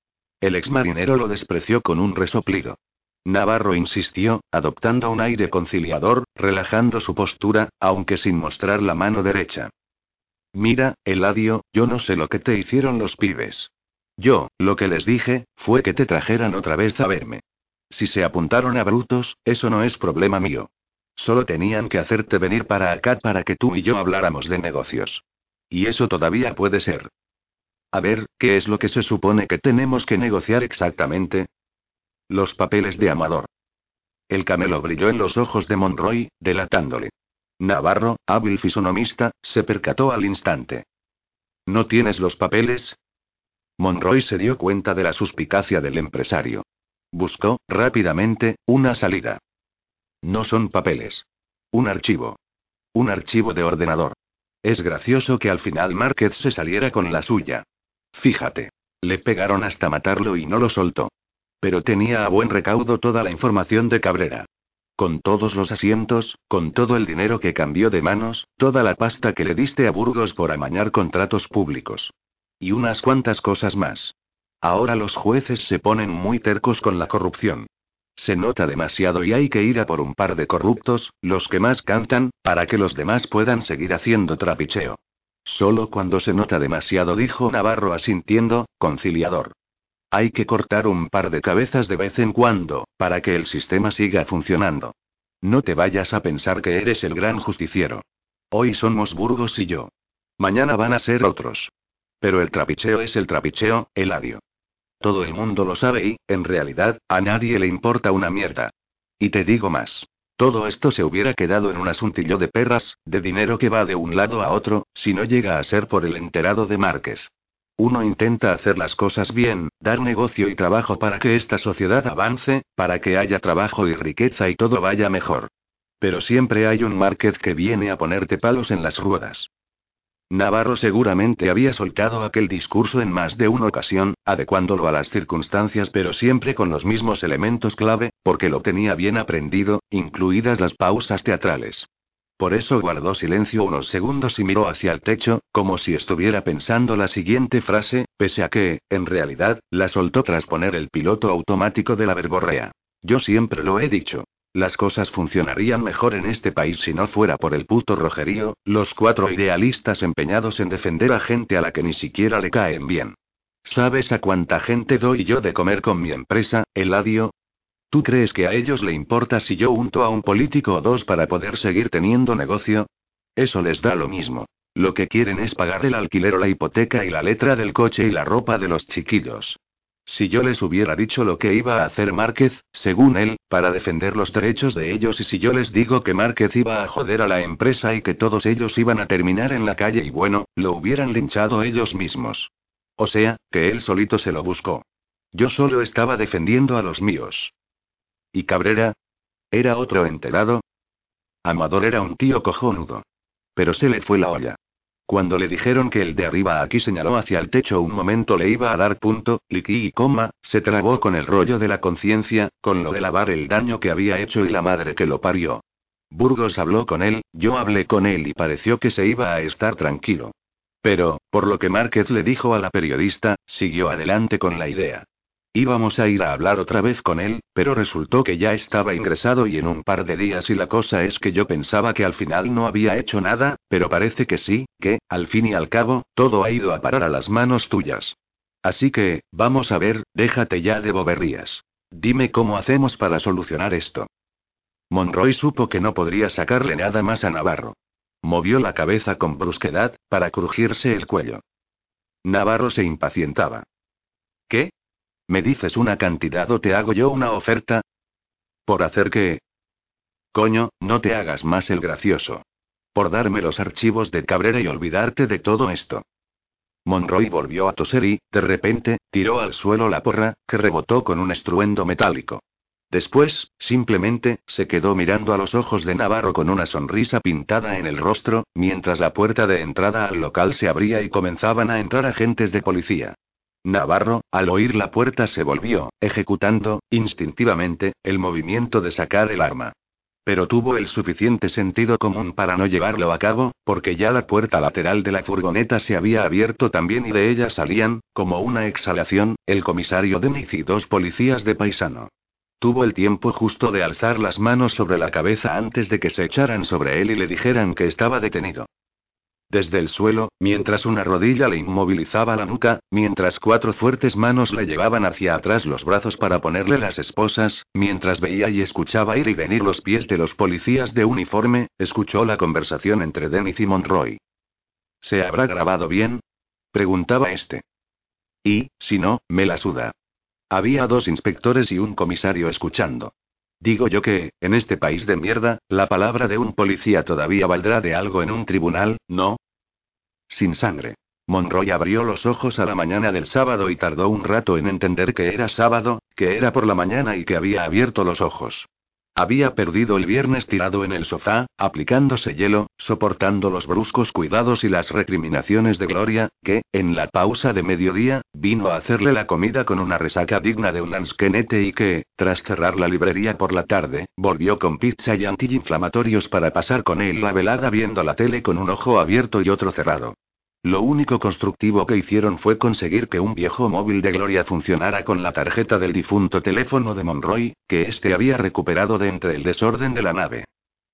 El exmarinero lo despreció con un resoplido. Navarro insistió, adoptando un aire conciliador, relajando su postura, aunque sin mostrar la mano derecha. Mira, Eladio, yo no sé lo que te hicieron los pibes. Yo, lo que les dije, fue que te trajeran otra vez a verme. Si se apuntaron a brutos, eso no es problema mío. Solo tenían que hacerte venir para acá para que tú y yo habláramos de negocios. Y eso todavía puede ser. A ver, ¿qué es lo que se supone que tenemos que negociar exactamente? Los papeles de Amador. El camelo brilló en los ojos de Monroy, delatándole. Navarro, hábil fisonomista, se percató al instante. ¿No tienes los papeles? Monroy se dio cuenta de la suspicacia del empresario. Buscó, rápidamente, una salida. No son papeles. Un archivo. Un archivo de ordenador. Es gracioso que al final Márquez se saliera con la suya. Fíjate. Le pegaron hasta matarlo y no lo soltó. Pero tenía a buen recaudo toda la información de Cabrera. Con todos los asientos, con todo el dinero que cambió de manos, toda la pasta que le diste a Burgos por amañar contratos públicos. Y unas cuantas cosas más. Ahora los jueces se ponen muy tercos con la corrupción. Se nota demasiado y hay que ir a por un par de corruptos, los que más cantan, para que los demás puedan seguir haciendo trapicheo. Solo cuando se nota demasiado, dijo Navarro asintiendo, conciliador. Hay que cortar un par de cabezas de vez en cuando, para que el sistema siga funcionando. No te vayas a pensar que eres el gran justiciero. Hoy somos Burgos y yo. Mañana van a ser otros. Pero el trapicheo es el trapicheo, Eladio. Todo el mundo lo sabe y, en realidad, a nadie le importa una mierda. Y te digo más. Todo esto se hubiera quedado en un asuntillo de perras, de dinero que va de un lado a otro, si no llega a ser por el enterado de Márquez. Uno intenta hacer las cosas bien, dar negocio y trabajo para que esta sociedad avance, para que haya trabajo y riqueza y todo vaya mejor. Pero siempre hay un Márquez que viene a ponerte palos en las ruedas. Navarro seguramente había soltado aquel discurso en más de una ocasión, adecuándolo a las circunstancias pero siempre con los mismos elementos clave, porque lo tenía bien aprendido, incluidas las pausas teatrales. Por eso guardó silencio unos segundos y miró hacia el techo, como si estuviera pensando la siguiente frase, pese a que, en realidad, la soltó tras poner el piloto automático de la verborrea. Yo siempre lo he dicho. Las cosas funcionarían mejor en este país si no fuera por el puto Rogerío, los cuatro idealistas empeñados en defender a gente a la que ni siquiera le caen bien. ¿Sabes a cuánta gente doy yo de comer con mi empresa, Eladio? ¿Tú crees que a ellos le importa si yo unto a un político o dos para poder seguir teniendo negocio? Eso les da lo mismo. Lo que quieren es pagar el alquiler o la hipoteca y la letra del coche y la ropa de los chiquillos. Si yo les hubiera dicho lo que iba a hacer Márquez, según él, para defender los derechos de ellos, y si yo les digo que Márquez iba a joder a la empresa y que todos ellos iban a terminar en la calle y bueno, lo hubieran linchado ellos mismos. O sea, que él solito se lo buscó. Yo solo estaba defendiendo a los míos. ¿Y Cabrera? ¿Era otro enterado? Amador era un tío cojonudo. Pero se le fue la olla. Cuando le dijeron que el de arriba aquí señaló hacia el techo un momento le iba a dar punto, liqui y coma, se trabó con el rollo de la conciencia, con lo de lavar el daño que había hecho y la madre que lo parió. Burgos habló con él, yo hablé con él y pareció que se iba a estar tranquilo. Pero, por lo que Márquez le dijo a la periodista, siguió adelante con la idea. Íbamos a ir a hablar otra vez con él, pero resultó que ya estaba ingresado y en un par de días, y la cosa es que yo pensaba que al final no había hecho nada, pero parece que sí, que, al fin y al cabo, todo ha ido a parar a las manos tuyas. Así que, vamos a ver, déjate ya de boberías. Dime cómo hacemos para solucionar esto. Monroy supo que no podría sacarle nada más a Navarro. Movió la cabeza con brusquedad, para crujirse el cuello. Navarro se impacientaba. ¿Qué? ¿Me dices una cantidad o te hago yo una oferta? ¿Por hacer qué? Coño, no te hagas más el gracioso. Por darme los archivos de Cabrera y olvidarte de todo esto. Monroy volvió a toser y, de repente, tiró al suelo la porra, que rebotó con un estruendo metálico. Después, simplemente, se quedó mirando a los ojos de Navarro con una sonrisa pintada en el rostro, mientras la puerta de entrada al local se abría y comenzaban a entrar agentes de policía. Navarro, al oír la puerta, se volvió, ejecutando, instintivamente, el movimiento de sacar el arma. Pero tuvo el suficiente sentido común para no llevarlo a cabo, porque ya la puerta lateral de la furgoneta se había abierto también y de ella salían, como una exhalación, el comisario Deniz y dos policías de paisano. Tuvo el tiempo justo de alzar las manos sobre la cabeza antes de que se echaran sobre él y le dijeran que estaba detenido. Desde el suelo, mientras una rodilla le inmovilizaba la nuca, mientras cuatro fuertes manos le llevaban hacia atrás los brazos para ponerle las esposas, mientras veía y escuchaba ir y venir los pies de los policías de uniforme, escuchó la conversación entre Deniz y Monroy. ¿Se habrá grabado bien? Preguntaba este. Y, si no, me la suda. Había dos inspectores y un comisario escuchando. Digo yo que, en este país de mierda, la palabra de un policía todavía valdrá de algo en un tribunal, ¿no? Sin sangre. Monroy abrió los ojos a la mañana del sábado y tardó un rato en entender que era sábado, que era por la mañana y que había abierto los ojos. Había perdido el viernes tirado en el sofá, aplicándose hielo, soportando los bruscos cuidados y las recriminaciones de Gloria, que, en la pausa de mediodía, vino a hacerle la comida con una resaca digna de un lansquenete y que, tras cerrar la librería por la tarde, volvió con pizza y antiinflamatorios para pasar con él la velada viendo la tele con un ojo abierto y otro cerrado. Lo único constructivo que hicieron fue conseguir que un viejo móvil de Gloria funcionara con la tarjeta del difunto teléfono de Monroy, que éste había recuperado de entre el desorden de la nave.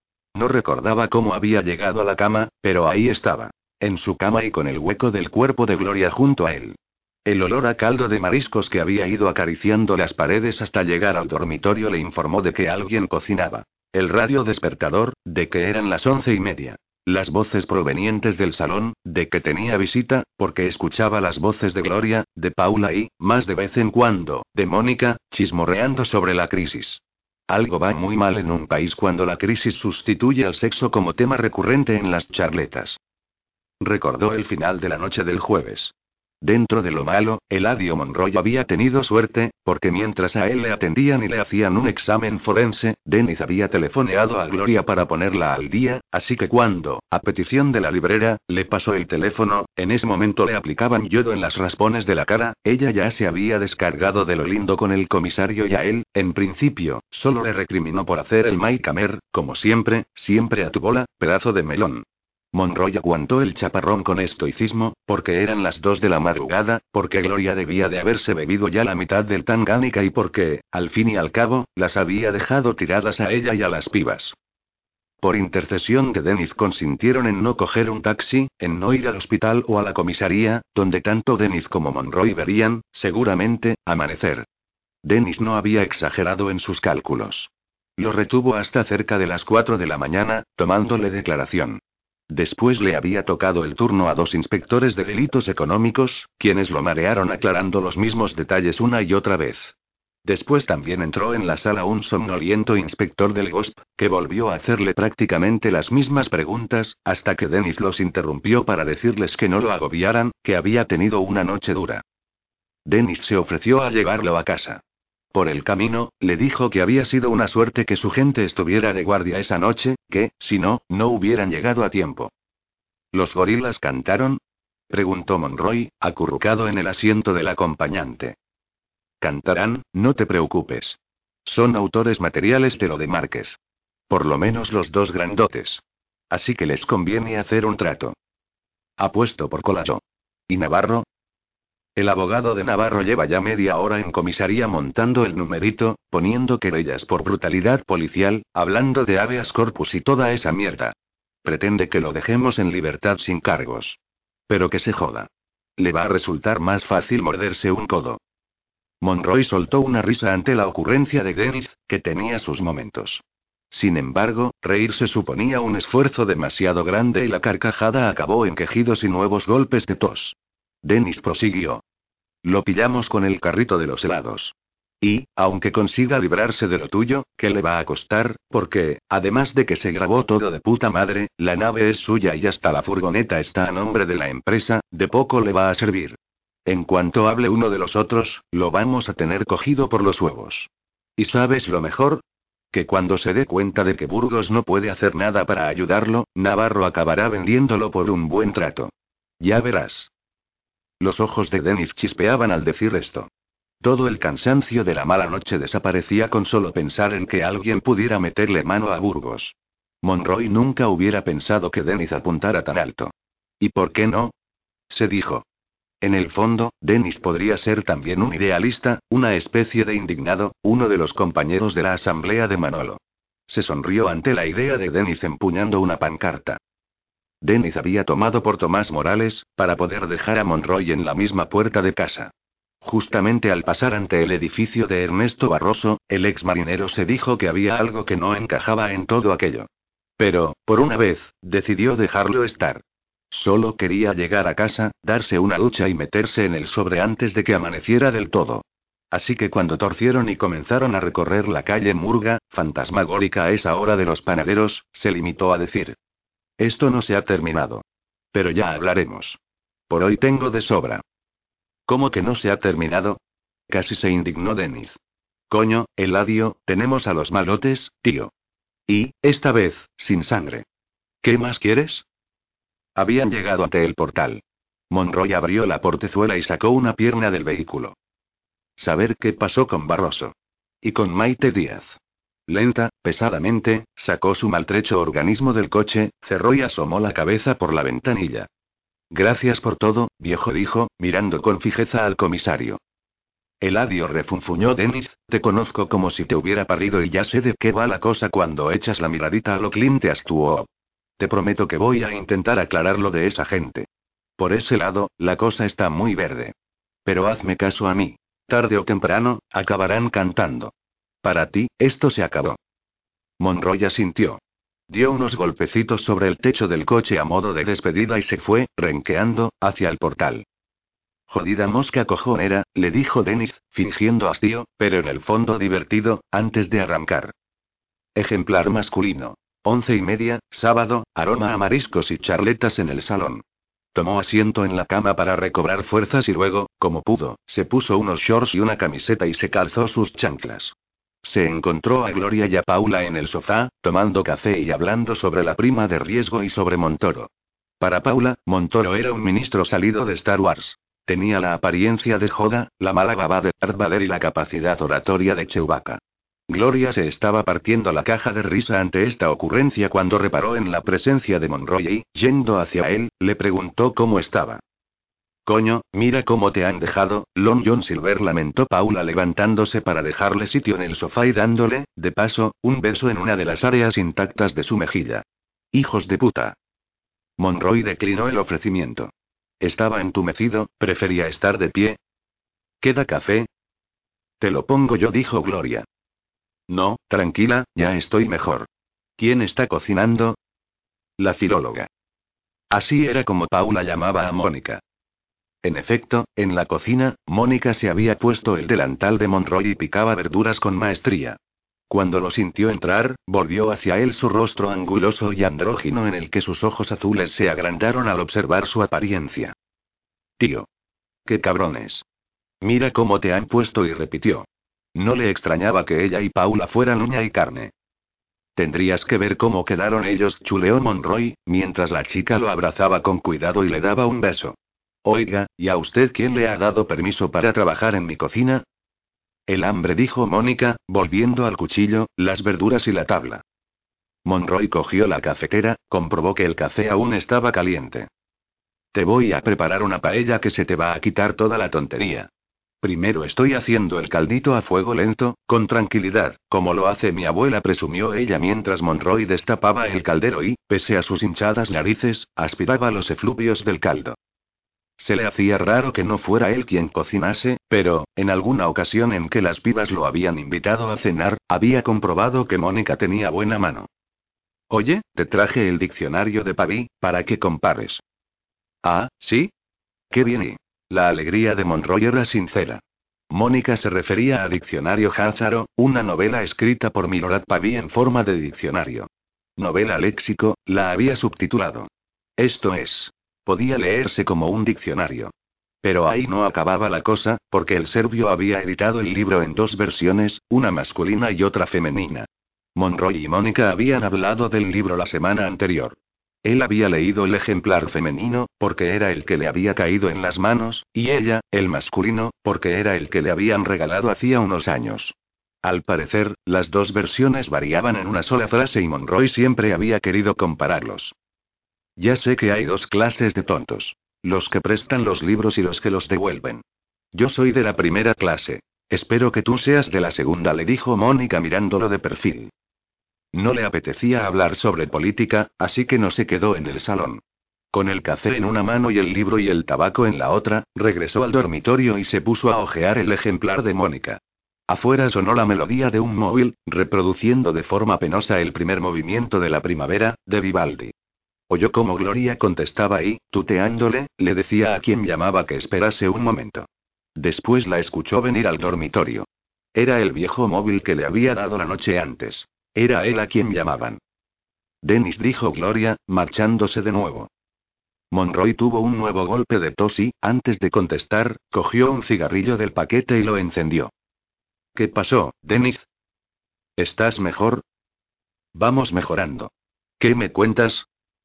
No recordaba cómo había llegado a la cama, pero ahí estaba. En su cama y con el hueco del cuerpo de Gloria junto a él. El olor a caldo de mariscos que había ido acariciando las paredes hasta llegar al dormitorio le informó de que alguien cocinaba. El radio despertador, de que eran las once y media. Las voces provenientes del salón, de que tenía visita, porque escuchaba las voces de Gloria, de Paula y, más de vez en cuando, de Mónica, chismorreando sobre la crisis. Algo va muy mal en un país cuando la crisis sustituye al sexo como tema recurrente en las charletas. Recordó el final de la noche del jueves. Dentro de lo malo, Eladio Monroy había tenido suerte, porque mientras a él le atendían y le hacían un examen forense, Dennis había telefoneado a Gloria para ponerla al día, así que cuando, a petición de la librera, le pasó el teléfono, en ese momento le aplicaban yodo en las raspones de la cara, ella ya se había descargado de lo lindo con el comisario y a él, en principio, solo le recriminó por hacer el Maicamer, como siempre, siempre a tu bola, pedazo de melón. Monroy aguantó el chaparrón con estoicismo, porque eran las dos de la madrugada, porque Gloria debía de haberse bebido ya la mitad del Tangánica y porque, al fin y al cabo, las había dejado tiradas a ella y a las pibas. Por intercesión de Dennis consintieron en no coger un taxi, en no ir al hospital o a la comisaría, donde tanto Dennis como Monroy verían, seguramente, amanecer. Dennis no había exagerado en sus cálculos. Lo retuvo hasta cerca de las cuatro de la mañana, tomándole declaración. Después le había tocado el turno a dos inspectores de delitos económicos, quienes lo marearon aclarando los mismos detalles una y otra vez. Después también entró en la sala un somnoliento inspector del G O S P, que volvió a hacerle prácticamente las mismas preguntas, hasta que Dennis los interrumpió para decirles que no lo agobiaran, que había tenido una noche dura. Dennis se ofreció a llevarlo a casa. Por el camino, le dijo que había sido una suerte que su gente estuviera de guardia esa noche, que, si no, no hubieran llegado a tiempo. ¿Los gorilas cantaron?, preguntó Monroy, acurrucado en el asiento del acompañante. Cantarán, no te preocupes. Son autores materiales de lo de Márquez. Por lo menos los dos grandotes. Así que les conviene hacer un trato. Apuesto por Colayo. ¿Y Navarro? El abogado de Navarro lleva ya media hora en comisaría montando el numerito, poniendo querellas por brutalidad policial, hablando de habeas corpus y toda esa mierda. Pretende que lo dejemos en libertad sin cargos. Pero que se joda. Le va a resultar más fácil morderse un codo. Monroy soltó una risa ante la ocurrencia de Dennis, que tenía sus momentos. Sin embargo, reírse suponía un esfuerzo demasiado grande y la carcajada acabó en quejidos y nuevos golpes de tos. Dennis prosiguió. Lo pillamos con el carrito de los helados. Y, aunque consiga librarse de lo tuyo, ¿qué le va a costar? Porque, además de que se grabó todo de puta madre, la nave es suya y hasta la furgoneta está a nombre de la empresa, de poco le va a servir. En cuanto hable uno de los otros, lo vamos a tener cogido por los huevos. ¿Y sabes lo mejor? Que cuando se dé cuenta de que Burgos no puede hacer nada para ayudarlo, Navarro acabará vendiéndolo por un buen trato. Ya verás. Los ojos de Dennis chispeaban al decir esto. Todo el cansancio de la mala noche desaparecía con solo pensar en que alguien pudiera meterle mano a Burgos. Monroy nunca hubiera pensado que Dennis apuntara tan alto. ¿Y por qué no?, se dijo. En el fondo, Dennis podría ser también un idealista, una especie de indignado, uno de los compañeros de la asamblea de Manolo. Se sonrió ante la idea de Dennis empuñando una pancarta. Dennis había tomado por Tomás Morales, para poder dejar a Monroy en la misma puerta de casa. Justamente al pasar ante el edificio de Ernesto Barroso, el ex marinero se dijo que había algo que no encajaba en todo aquello. Pero, por una vez, decidió dejarlo estar. Solo quería llegar a casa, darse una ducha y meterse en el sobre antes de que amaneciera del todo. Así que cuando torcieron y comenzaron a recorrer la calle Murga, fantasmagórica a esa hora de los panaderos, se limitó a decir: esto no se ha terminado. Pero ya hablaremos. Por hoy tengo de sobra. ¿Cómo que no se ha terminado? Casi se indignó Dennis. Coño, Eladio, tenemos a los malotes, tío. Y, esta vez, sin sangre. ¿Qué más quieres? Habían llegado ante el portal. Monroy abrió la portezuela y sacó una pierna del vehículo. Saber qué pasó con Barroso. Y con Maite Díaz. Lenta, pesadamente, sacó su maltrecho organismo del coche, cerró y asomó la cabeza por la ventanilla. Gracias por todo, viejo, dijo, mirando con fijeza al comisario. Eladio, refunfuñó Dennis, te conozco como si te hubiera parido y ya sé de qué va la cosa cuando echas la miradita a lo Clint Eastwood. Te prometo que voy a intentar aclarar lo de esa gente. Por ese lado, la cosa está muy verde. Pero hazme caso a mí. Tarde o temprano, acabarán cantando. Para ti, esto se acabó. Monroy asintió. Dio unos golpecitos sobre el techo del coche a modo de despedida y se fue, renqueando, hacia el portal. Jodida mosca cojonera, le dijo Dennis, fingiendo hastío, pero en el fondo divertido, antes de arrancar. Ejemplar masculino. Once y media, sábado, aroma a mariscos y charletas en el salón. tomó asiento en la cama para recobrar fuerzas y luego, como pudo, se puso unos shorts y una camiseta y se calzó sus chanclas. Se encontró a Gloria y a Paula en el sofá, tomando café y hablando sobre la prima de riesgo y sobre Montoro. Para Paula, Montoro era un ministro salido de Star Wars. Tenía la apariencia de Yoda, la mala baba de Darth Vader y la capacidad oratoria de Chewbacca. Gloria se estaba partiendo la caja de risa ante esta ocurrencia cuando reparó en la presencia de Monroy y, yendo hacia él, le preguntó cómo estaba. Coño, mira cómo te han dejado, Lon John Silver, lamentó Paula levantándose para dejarle sitio en el sofá y dándole, de paso, un beso en una de las áreas intactas de su mejilla. Hijos de puta. Monroy declinó el ofrecimiento. Estaba entumecido, prefería estar de pie. ¿Queda café? Te lo pongo yo, dijo Gloria. No, tranquila, ya estoy mejor. ¿Quién está cocinando? La filóloga. Así era como Paula llamaba a Mónica. En efecto, en la cocina, Mónica se había puesto el delantal de Monroy y picaba verduras con maestría. Cuando lo sintió entrar, volvió hacia él su rostro anguloso y andrógino en el que sus ojos azules se agrandaron al observar su apariencia. Tío. ¡Qué cabrones! Mira cómo te han puesto, y repitió. No le extrañaba que ella y Paula fueran uña y carne. Tendrías que ver cómo quedaron ellos, chuleó Monroy, mientras la chica lo abrazaba con cuidado y le daba un beso. Oiga, ¿y a usted quién le ha dado permiso para trabajar en mi cocina? El hambre, dijo Mónica, volviendo al cuchillo, las verduras y la tabla. Monroy cogió la cafetera, comprobó que el café aún estaba caliente. Te voy a preparar una paella que se te va a quitar toda la tontería. Primero estoy haciendo el caldito a fuego lento, con tranquilidad, como lo hace mi abuela, presumió ella mientras Monroy destapaba el caldero y, pese a sus hinchadas narices, aspiraba los efluvios del caldo. Se le hacía raro que no fuera él quien cocinase, pero, en alguna ocasión en que las pibas lo habían invitado a cenar, había comprobado que Mónica tenía buena mano. Oye, te traje el diccionario de Paví, para que compares. Ah, ¿sí? Qué bien. Y la alegría de Monroy era sincera. Mónica se refería a Diccionario Házaro, una novela escrita por Milorad Paví en forma de diccionario. Novela léxico, la había subtitulado. Esto es. Podía leerse como un diccionario. Pero ahí no acababa la cosa, porque el serbio había editado el libro en dos versiones, una masculina y otra femenina. Monroy y Mónica habían hablado del libro la semana anterior. Él había leído el ejemplar femenino, porque era el que le había caído en las manos, y ella, el masculino, porque era el que le habían regalado hacía unos años. Al parecer, las dos versiones variaban en una sola frase y Monroy siempre había querido compararlos. Ya sé que hay dos clases de tontos. Los que prestan los libros y los que los devuelven. Yo soy de la primera clase. Espero que tú seas de la segunda, le dijo Mónica mirándolo de perfil. No le apetecía hablar sobre política, así que no se quedó en el salón. Con el café en una mano y el libro y el tabaco en la otra, regresó al dormitorio y se puso a hojear el ejemplar de Mónica. Afuera sonó la melodía de un móvil, reproduciendo de forma penosa el primer movimiento de la primavera, de Vivaldi. Oyó cómo Gloria contestaba y, tuteándole, le decía a quien llamaba que esperase un momento. Después la escuchó venir al dormitorio. Era el viejo móvil que le había dado la noche antes. Era él a quien llamaban. Dennis, dijo Gloria, marchándose de nuevo. Monroy tuvo un nuevo golpe de tos y, antes de contestar, cogió un cigarrillo del paquete y lo encendió. ¿Qué pasó, Dennis? ¿Estás mejor? Vamos mejorando. ¿Qué me cuentas?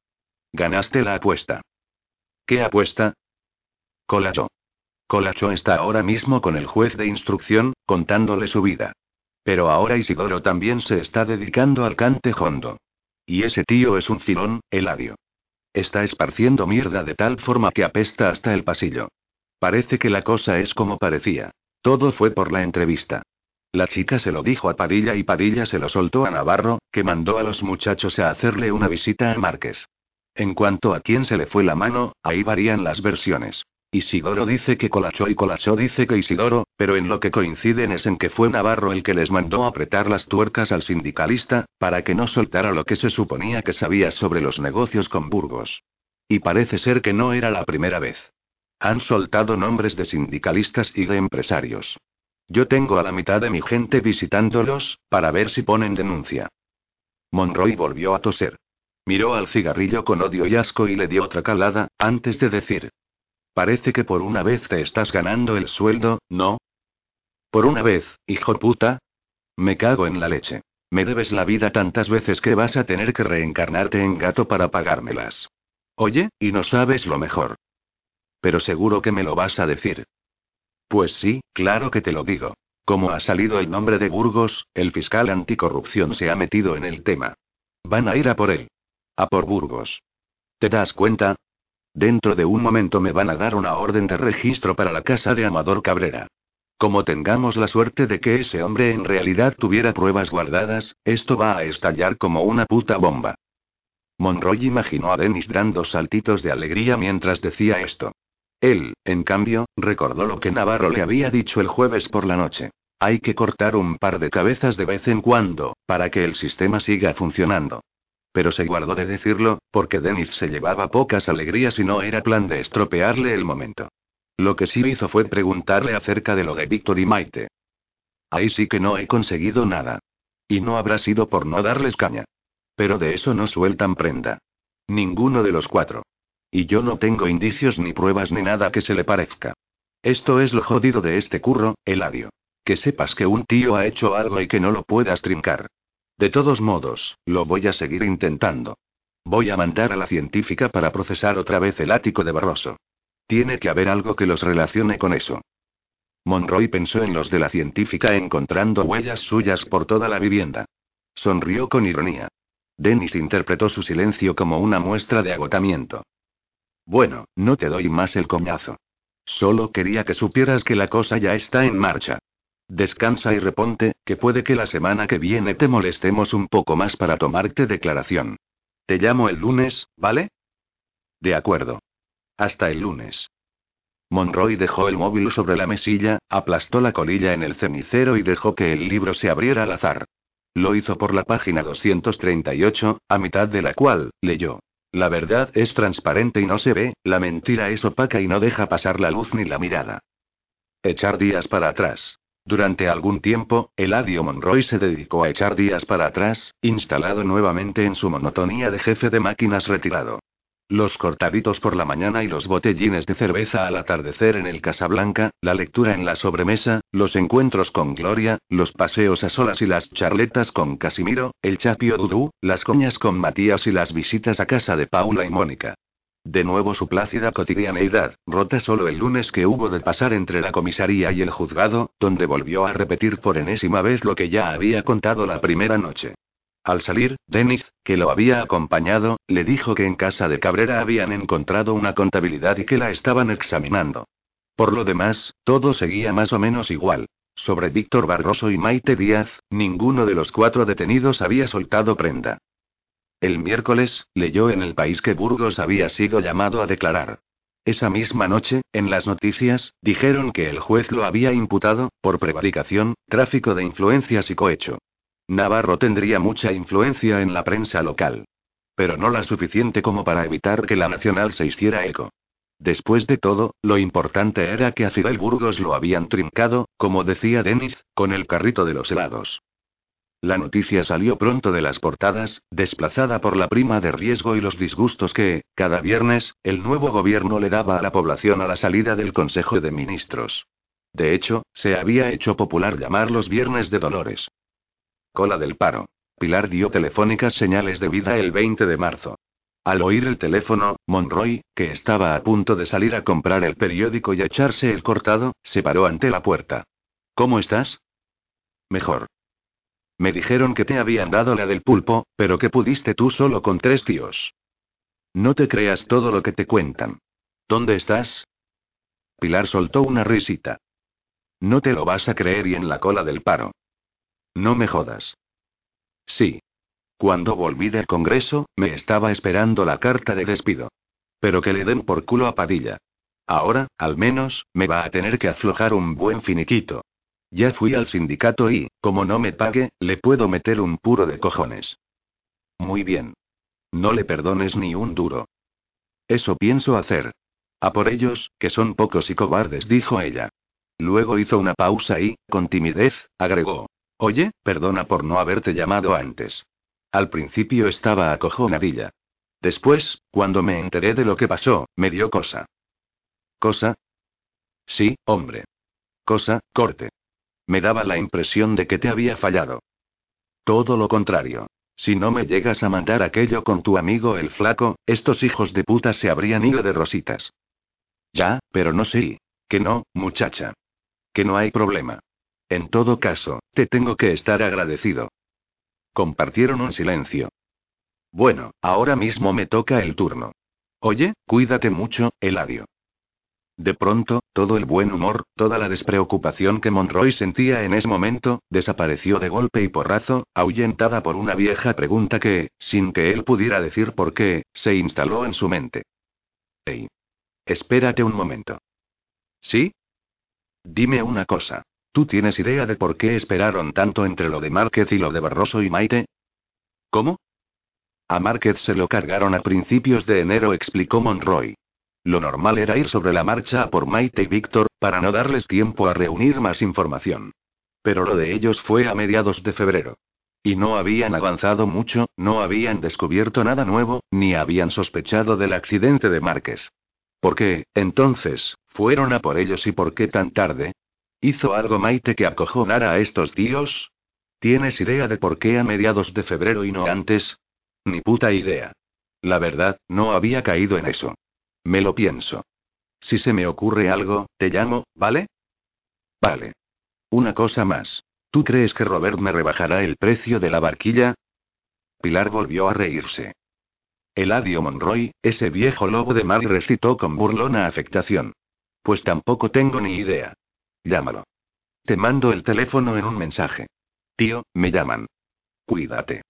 Ganaste la apuesta. ¿Qué apuesta? Colacho. Colacho está ahora mismo con el juez de instrucción, contándole su vida. Pero ahora Isidoro también se está dedicando al cante jondo. Y ese tío es un filón, Eladio. Está esparciendo mierda de tal forma que apesta hasta el pasillo. Parece que la cosa es como parecía. Todo fue por la entrevista. La chica se lo dijo a Padilla y Padilla se lo soltó a Navarro, que mandó a los muchachos a hacerle una visita a Márquez. En cuanto a quién se le fue la mano, ahí varían las versiones. Isidoro dice que Colachó y Colachó dice que Isidoro, pero en lo que coinciden es en que fue Navarro el que les mandó apretar las tuercas al sindicalista, para que no soltara lo que se suponía que sabía sobre los negocios con Burgos. Y parece ser que no era la primera vez. Han soltado nombres de sindicalistas y de empresarios. Yo tengo a la mitad de mi gente visitándolos, para ver si ponen denuncia. Monroy volvió a toser. Miró al cigarrillo con odio y asco y le dio otra calada, antes de decir. Parece que por una vez te estás ganando el sueldo, ¿no? Por una vez, hijo puta. Me cago en la leche. Me debes la vida tantas veces que vas a tener que reencarnarte en gato para pagármelas. Oye, y no sabes lo mejor. Pero seguro que me lo vas a decir. Pues sí, claro que te lo digo. Como ha salido el nombre de Burgos, el fiscal anticorrupción se ha metido en el tema. Van a ir a por él. A por Burgos. ¿Te das cuenta? Dentro de un momento me van a dar una orden de registro para la casa de Amador Cabrera. Como tengamos la suerte de que ese hombre en realidad tuviera pruebas guardadas, esto va a estallar como una puta bomba. Monroy imaginó a Dennis dando saltitos de alegría mientras decía esto. Él, en cambio, recordó lo que Navarro le había dicho el jueves por la noche. Hay que cortar un par de cabezas de vez en cuando, para que el sistema siga funcionando. Pero se guardó de decirlo, porque Dennis se llevaba pocas alegrías y no era plan de estropearle el momento. Lo que sí hizo fue preguntarle acerca de lo de Víctor y Maite. Ahí sí que no he conseguido nada. Y no habrá sido por no darles caña. Pero de eso no sueltan prenda. Ninguno de los cuatro. Y yo no tengo indicios ni pruebas ni nada que se le parezca. Esto es lo jodido de este curro, Eladio. Que sepas que un tío ha hecho algo y que no lo puedas trincar. De todos modos, lo voy a seguir intentando. Voy a mandar a la científica para procesar otra vez el ático de Barroso. Tiene que haber algo que los relacione con eso. Monroy pensó en los de la científica encontrando huellas suyas por toda la vivienda. Sonrió con ironía. Dennis interpretó su silencio como una muestra de agotamiento. Bueno, no te doy más el coñazo. Solo quería que supieras que la cosa ya está en marcha. Descansa y reponte, que puede que la semana que viene te molestemos un poco más para tomarte declaración. Te llamo el lunes, ¿vale? De acuerdo. Hasta el lunes. Monroy dejó el móvil sobre la mesilla, aplastó la colilla en el cenicero y dejó que el libro se abriera al azar. Lo hizo por la página doscientos treinta y ocho, a mitad de la cual, leyó. La verdad es transparente y no se ve, la mentira es opaca y no deja pasar la luz ni la mirada. Echar días para atrás. Durante algún tiempo, Eladio Monroy se dedicó a echar días para atrás, instalado nuevamente en su monotonía de jefe de máquinas retirado. Los cortaditos por la mañana y los botellines de cerveza al atardecer en el Casablanca, la lectura en la sobremesa, los encuentros con Gloria, los paseos a solas y las charletas con Casimiro, el chapio dudú, las coñas con Matías y las visitas a casa de Paula y Mónica. De nuevo su plácida cotidianeidad, rota solo el lunes que hubo de pasar entre la comisaría y el juzgado, donde volvió a repetir por enésima vez lo que ya había contado la primera noche. Al salir, Dennis, que lo había acompañado, le dijo que en casa de Cabrera habían encontrado una contabilidad y que la estaban examinando. Por lo demás, todo seguía más o menos igual. Sobre Víctor Barroso y Maite Díaz, ninguno de los cuatro detenidos había soltado prenda. El miércoles, leyó en El País que Burgos había sido llamado a declarar. Esa misma noche, en las noticias, dijeron que el juez lo había imputado, por prevaricación, tráfico de influencias y cohecho. Navarro tendría mucha influencia en la prensa local. Pero no la suficiente como para evitar que la nacional se hiciera eco. Después de todo, lo importante era que a Fidel Burgos lo habían trincado, como decía Dennis, con el carrito de los helados. La noticia salió pronto de las portadas, desplazada por la prima de riesgo y los disgustos que, cada viernes, el nuevo gobierno le daba a la población a la salida del Consejo de Ministros. De hecho, se había hecho popular llamar los Viernes de Dolores. Cola del paro. Pilar dio telefónicas señales de vida el veinte de marzo. Al oír el teléfono, Monroy, que estaba a punto de salir a comprar el periódico y a echarse el cortado, se paró ante la puerta. ¿Cómo estás? Mejor. Me dijeron que te habían dado la del pulpo, pero que pudiste tú solo con tres tíos. No te creas todo lo que te cuentan. ¿Dónde estás? Pilar soltó una risita. No te lo vas a creer y en la cola del paro. No me jodas. Sí. Cuando volví del Congreso, me estaba esperando la carta de despido. Pero que le den por culo a Padilla. Ahora, al menos, me va a tener que aflojar un buen finiquito. Ya fui al sindicato y, como no me pague, le puedo meter un puro de cojones. Muy bien. No le perdones ni un duro. Eso pienso hacer. A por ellos, que son pocos y cobardes, dijo ella. Luego hizo una pausa y, con timidez, agregó. Oye, perdona por no haberte llamado antes. Al principio estaba acojonadilla. Después, cuando me enteré de lo que pasó, me dio cosa. ¿Cosa? Sí, hombre. Cosa, corte. Me daba la impresión de que te había fallado. Todo lo contrario. Si no me llegas a mandar aquello con tu amigo el flaco, estos hijos de puta se habrían ido de rositas. Ya, pero no sé. Que no, muchacha. Que no hay problema. En todo caso, te tengo que estar agradecido. Compartieron un silencio. Bueno, ahora mismo me toca el turno. Oye, cuídate mucho, Eladio. De pronto, todo el buen humor, toda la despreocupación que Monroy sentía en ese momento, desapareció de golpe y porrazo, ahuyentada por una vieja pregunta que, sin que él pudiera decir por qué, se instaló en su mente. Hey. Espérate un momento. ¿Sí? Dime una cosa. ¿Tú tienes idea de por qué esperaron tanto entre lo de Márquez y lo de Barroso y Maite? ¿Cómo? A Márquez se lo cargaron a principios de enero, explicó Monroy. Lo normal era ir sobre la marcha a por Maite y Víctor, para no darles tiempo a reunir más información. Pero lo de ellos fue a mediados de febrero. Y no habían avanzado mucho, no habían descubierto nada nuevo, ni habían sospechado del accidente de Márquez. ¿Por qué, entonces, fueron a por ellos y por qué tan tarde? ¿Hizo algo Maite que acojonara a estos tíos? ¿Tienes idea de por qué a mediados de febrero y no antes? Ni puta idea. La verdad, no había caído en eso. Me lo pienso. Si se me ocurre algo, te llamo, ¿vale? Vale. Una cosa más. ¿Tú crees que Robert me rebajará el precio de la barquilla? Pilar volvió a reírse. Eladio Monroy, ese viejo lobo de mar, recitó con burlona afectación. Pues tampoco tengo ni idea. Llámalo. Te mando el teléfono en un mensaje. Tío, me llaman. Cuídate.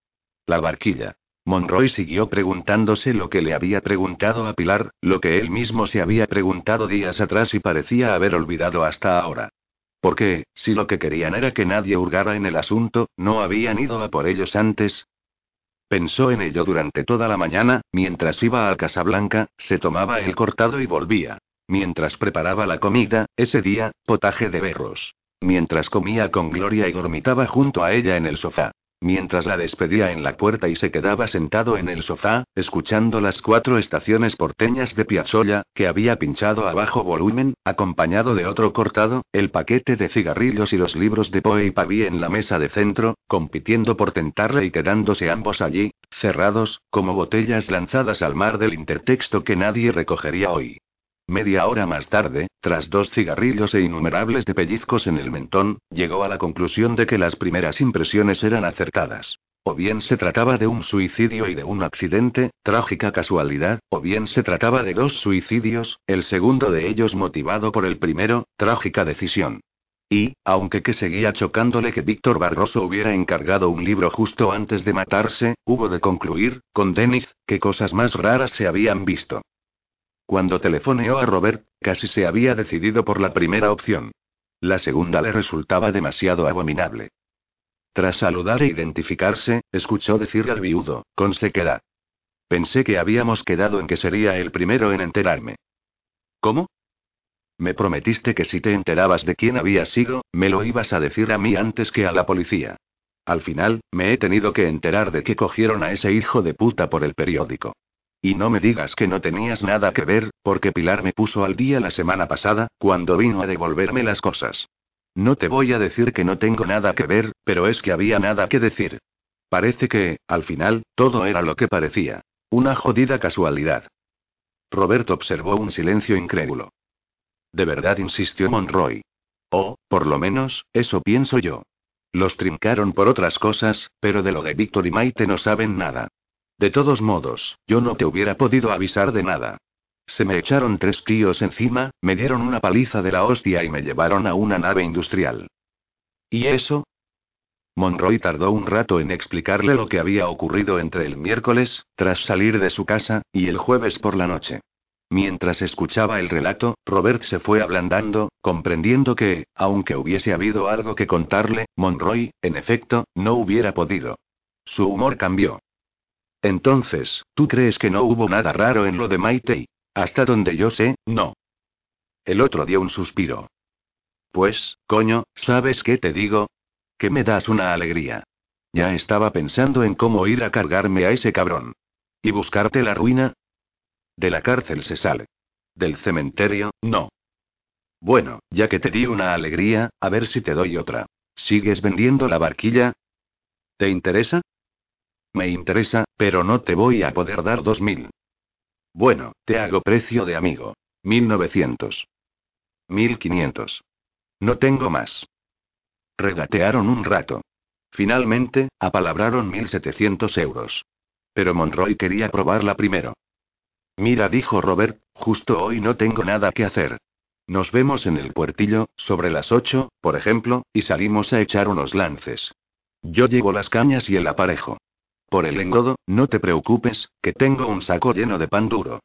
La barquilla. Monroy siguió preguntándose lo que le había preguntado a Pilar, lo que él mismo se había preguntado días atrás y parecía haber olvidado hasta ahora. ¿Por qué, si lo que querían era que nadie hurgara en el asunto, no habían ido a por ellos antes? Pensó en ello durante toda la mañana, mientras iba a Casablanca, se tomaba el cortado y volvía. Mientras preparaba la comida, ese día, potaje de berros. Mientras comía con Gloria y dormitaba junto a ella en el sofá. Mientras la despedía en la puerta y se quedaba sentado en el sofá, escuchando las cuatro estaciones porteñas de Piazzolla, que había pinchado a bajo volumen, acompañado de otro cortado, el paquete de cigarrillos y los libros de Poe y Pavie en la mesa de centro, compitiendo por tentarle y quedándose ambos allí, cerrados, como botellas lanzadas al mar del intertexto que nadie recogería hoy. Media hora más tarde, tras dos cigarrillos e innumerables de pellizcos en el mentón, llegó a la conclusión de que las primeras impresiones eran acertadas. O bien se trataba de un suicidio y de un accidente, trágica casualidad, o bien se trataba de dos suicidios, el segundo de ellos motivado por el primero, trágica decisión. Y, aunque que seguía chocándole que Víctor Barroso hubiera encargado un libro justo antes de matarse, hubo de concluir, con Dennis, que cosas más raras se habían visto. Cuando telefoneó a Robert, casi se había decidido por la primera opción. La segunda le resultaba demasiado abominable. Tras saludar e identificarse, escuchó decir al viudo, con sequedad. Pensé que habíamos quedado en que sería el primero en enterarme. ¿Cómo? Me prometiste que si te enterabas de quién había sido, me lo ibas a decir a mí antes que a la policía. Al final, me he tenido que enterar de que cogieron a ese hijo de puta por el periódico. Y no me digas que no tenías nada que ver, porque Pilar me puso al día la semana pasada, cuando vino a devolverme las cosas. No te voy a decir que no tengo nada que ver, pero es que había nada que decir. Parece que, al final, todo era lo que parecía. Una jodida casualidad. Roberto observó un silencio incrédulo. De verdad, insistió Monroy. O, por lo menos, eso pienso yo. Los trincaron por otras cosas, pero de lo de Víctor y Maite no saben nada. De todos modos, yo no te hubiera podido avisar de nada. Se me echaron tres tíos encima, me dieron una paliza de la hostia y me llevaron a una nave industrial. ¿Y eso? Monroy tardó un rato en explicarle lo que había ocurrido entre el miércoles, tras salir de su casa, y el jueves por la noche. Mientras escuchaba el relato, Robert se fue ablandando, comprendiendo que, aunque hubiese habido algo que contarle, Monroy, en efecto, no hubiera podido. Su humor cambió. Entonces, ¿tú crees que no hubo nada raro en lo de Maite? Hasta donde yo sé, no. El otro dio un suspiro. Pues, coño, ¿sabes qué te digo? Que me das una alegría. Ya estaba pensando en cómo ir a cargarme a ese cabrón. ¿Y buscarte la ruina? De la cárcel se sale. Del cementerio, no. Bueno, ya que te di una alegría, a ver si te doy otra. ¿Sigues vendiendo la barquilla? ¿Te interesa? Me interesa, pero no te voy a poder dar dos mil. Bueno, te hago precio de amigo. Mil novecientos. Mil quinientos. No tengo más. Regatearon un rato. Finalmente, apalabraron mil setecientos euros. Pero Monroy quería probarla primero. Mira, dijo Robert, justo hoy no tengo nada que hacer. Nos vemos en el puertillo, sobre las ocho, por ejemplo, y salimos a echar unos lances. Yo llevo las cañas y el aparejo. Por el engodo, no te preocupes, que tengo un saco lleno de pan duro.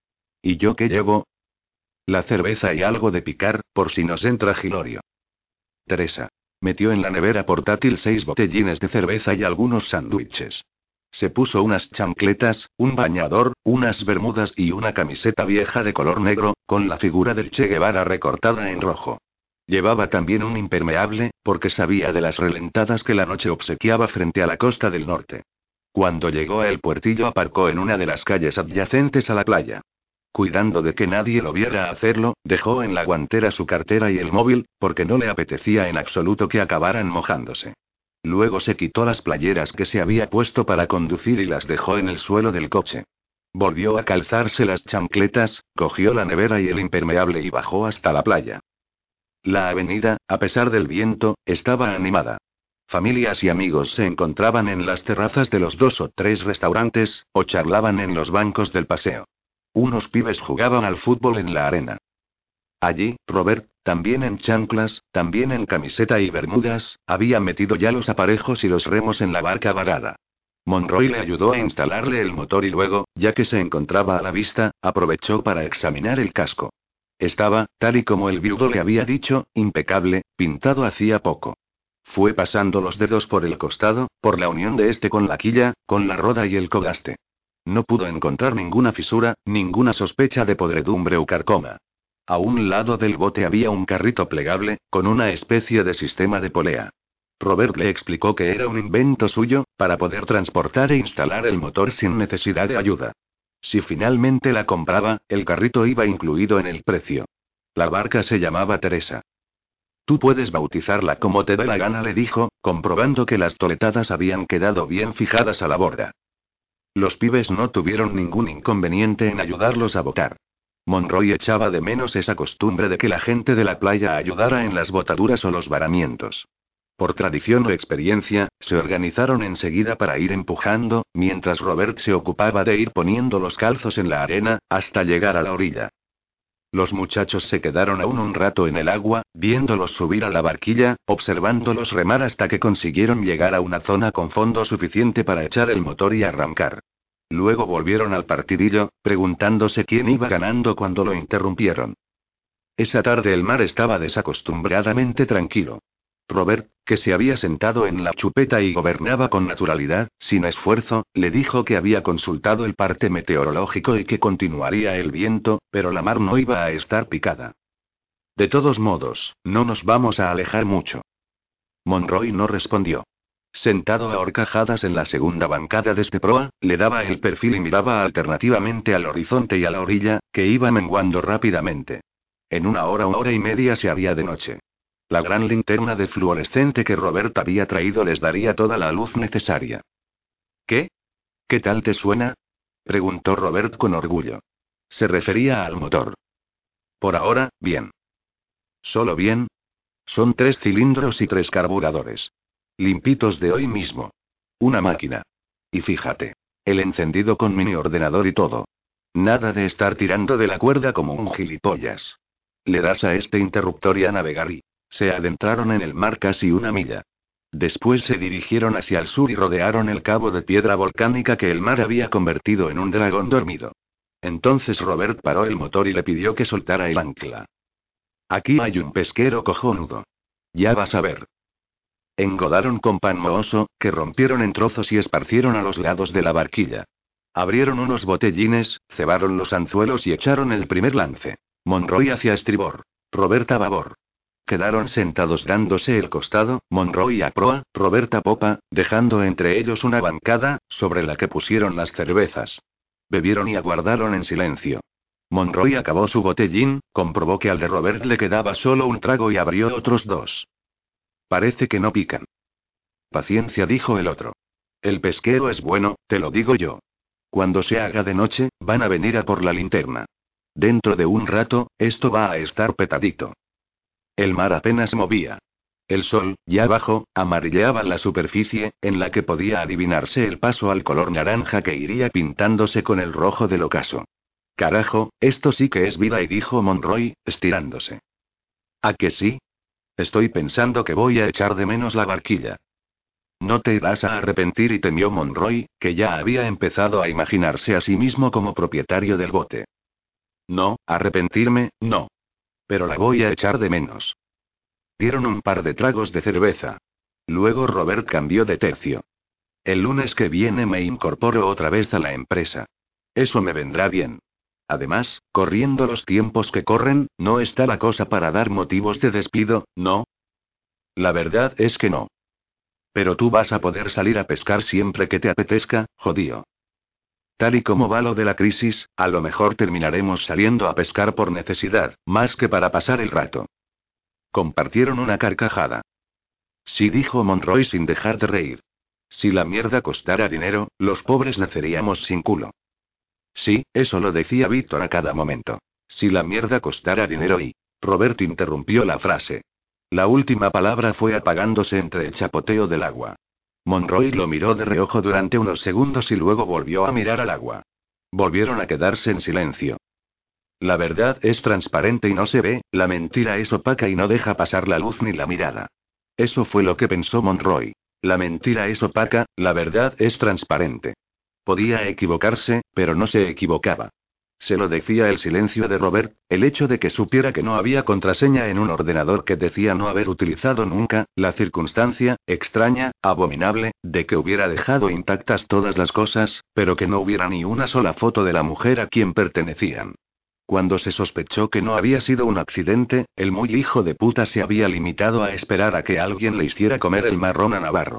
¿Y yo qué llevo? La cerveza y algo de picar, por si nos entra Gilorio. Teresa. Metió en la nevera portátil seis botellines de cerveza y algunos sándwiches. Se puso unas chancletas, un bañador, unas bermudas y una camiseta vieja de color negro, con la figura del Che Guevara recortada en rojo. Llevaba también un impermeable, porque sabía de las relentadas que la noche obsequiaba frente a la costa del norte. Cuando llegó a el puertillo aparcó en una de las calles adyacentes a la playa. Cuidando de que nadie lo viera hacerlo, dejó en la guantera su cartera y el móvil, porque no le apetecía en absoluto que acabaran mojándose. Luego se quitó las playeras que se había puesto para conducir y las dejó en el suelo del coche. Volvió a calzarse las chancletas, cogió la nevera y el impermeable y bajó hasta la playa. La avenida, a pesar del viento, estaba animada. Familias y amigos se encontraban en las terrazas de los dos o tres restaurantes, o charlaban en los bancos del paseo. Unos pibes jugaban al fútbol en la arena. Allí, Robert, también en chanclas, también en camiseta y bermudas, había metido ya los aparejos y los remos en la barca varada. Monroy le ayudó a instalarle el motor y luego, ya que se encontraba a la vista, aprovechó para examinar el casco. Estaba, tal y como el viudo le había dicho, impecable, pintado hacía poco. Fue pasando los dedos por el costado, por la unión de este con la quilla, con la roda y el cogaste. No pudo encontrar ninguna fisura, ninguna sospecha de podredumbre o carcoma. A un lado del bote había un carrito plegable, con una especie de sistema de polea. Robert le explicó que era un invento suyo, para poder transportar e instalar el motor sin necesidad de ayuda. Si finalmente la compraba, el carrito iba incluido en el precio. La barca se llamaba Teresa. Tú puedes bautizarla como te dé la gana, le dijo, comprobando que las toletadas habían quedado bien fijadas a la borda. Los pibes no tuvieron ningún inconveniente en ayudarlos a botar. Monroy echaba de menos esa costumbre de que la gente de la playa ayudara en las botaduras o los varamientos. Por tradición o experiencia, se organizaron enseguida para ir empujando, mientras Robert se ocupaba de ir poniendo los calzos en la arena, hasta llegar a la orilla. Los muchachos se quedaron aún un rato en el agua, viéndolos subir a la barquilla, observándolos remar hasta que consiguieron llegar a una zona con fondo suficiente para echar el motor y arrancar. Luego volvieron al partidillo, preguntándose quién iba ganando cuando lo interrumpieron. Esa tarde el mar estaba desacostumbradamente tranquilo. Robert, que se había sentado en la chupeta y gobernaba con naturalidad, sin esfuerzo, le dijo que había consultado el parte meteorológico y que continuaría el viento, pero la mar no iba a estar picada. De todos modos, no nos vamos a alejar mucho. Monroy no respondió. Sentado a horcajadas en la segunda bancada de este proa, le daba el perfil y miraba alternativamente al horizonte y a la orilla, que iba menguando rápidamente. En una hora o hora y media se haría de noche. La gran linterna de fluorescente que Robert había traído les daría toda la luz necesaria. ¿Qué? ¿Qué tal te suena? Preguntó Robert con orgullo. Se refería al motor. Por ahora, bien. ¿Solo bien? Son tres cilindros y tres carburadores. Limpitos de hoy mismo. Una máquina. Y fíjate. El encendido con mini ordenador y todo. Nada de estar tirando de la cuerda como un gilipollas. Le das a este interruptor y a navegar y... Se adentraron en el mar casi una milla. Después se dirigieron hacia el sur y rodearon el cabo de piedra volcánica que el mar había convertido en un dragón dormido. Entonces Robert paró el motor y le pidió que soltara el ancla. Aquí hay un pesquero cojonudo. Ya vas a ver. Engodaron con pan mohoso, que rompieron en trozos y esparcieron a los lados de la barquilla. Abrieron unos botellines, cebaron los anzuelos y echaron el primer lance. Monroy hacia estribor. Robert a babor. Quedaron sentados dándose el costado, Monroy a proa, Robert a popa, dejando entre ellos una bancada, sobre la que pusieron las cervezas. Bebieron y aguardaron en silencio. Monroy acabó su botellín, comprobó que al de Robert le quedaba solo un trago y abrió otros dos. Parece que no pican. Paciencia, dijo el otro. El pesquero es bueno, te lo digo yo. Cuando se haga de noche, van a venir a por la linterna. Dentro de un rato, esto va a estar petadito. El mar apenas se movía. El sol, ya bajo, amarilleaba la superficie, en la que podía adivinarse el paso al color naranja que iría pintándose con el rojo del ocaso. Carajo, esto sí que es vida, y dijo Monroy, estirándose. ¿A que sí? Estoy pensando que voy a echar de menos la barquilla. No te irás a arrepentir, y temió Monroy, que ya había empezado a imaginarse a sí mismo como propietario del bote. No, arrepentirme, no. Pero la voy a echar de menos. Dieron un par de tragos de cerveza. Luego Robert cambió de tercio. El lunes que viene me incorporo otra vez a la empresa. Eso me vendrá bien. Además, corriendo los tiempos que corren, no está la cosa para dar motivos de despido, ¿no? La verdad es que no. Pero tú vas a poder salir a pescar siempre que te apetezca, jodío. Tal y como va lo de la crisis, a lo mejor terminaremos saliendo a pescar por necesidad, más que para pasar el rato. Compartieron una carcajada. Sí, dijo Monroy sin dejar de reír. Si la mierda costara dinero, los pobres naceríamos sin culo. Sí, eso lo decía Víctor a cada momento. Si la mierda costara dinero y... Robert interrumpió la frase. La última palabra fue apagándose entre el chapoteo del agua. Monroy lo miró de reojo durante unos segundos y luego volvió a mirar al agua. Volvieron a quedarse en silencio. La verdad es transparente y no se ve, la mentira es opaca y no deja pasar la luz ni la mirada. Eso fue lo que pensó Monroy. La mentira es opaca, la verdad es transparente. Podía equivocarse, pero no se equivocaba. Se lo decía el silencio de Robert, el hecho de que supiera que no había contraseña en un ordenador que decía no haber utilizado nunca, la circunstancia, extraña, abominable, de que hubiera dejado intactas todas las cosas, pero que no hubiera ni una sola foto de la mujer a quien pertenecían. Cuando se sospechó que no había sido un accidente, el muy hijo de puta se había limitado a esperar a que alguien le hiciera comer el marrón a Navarro.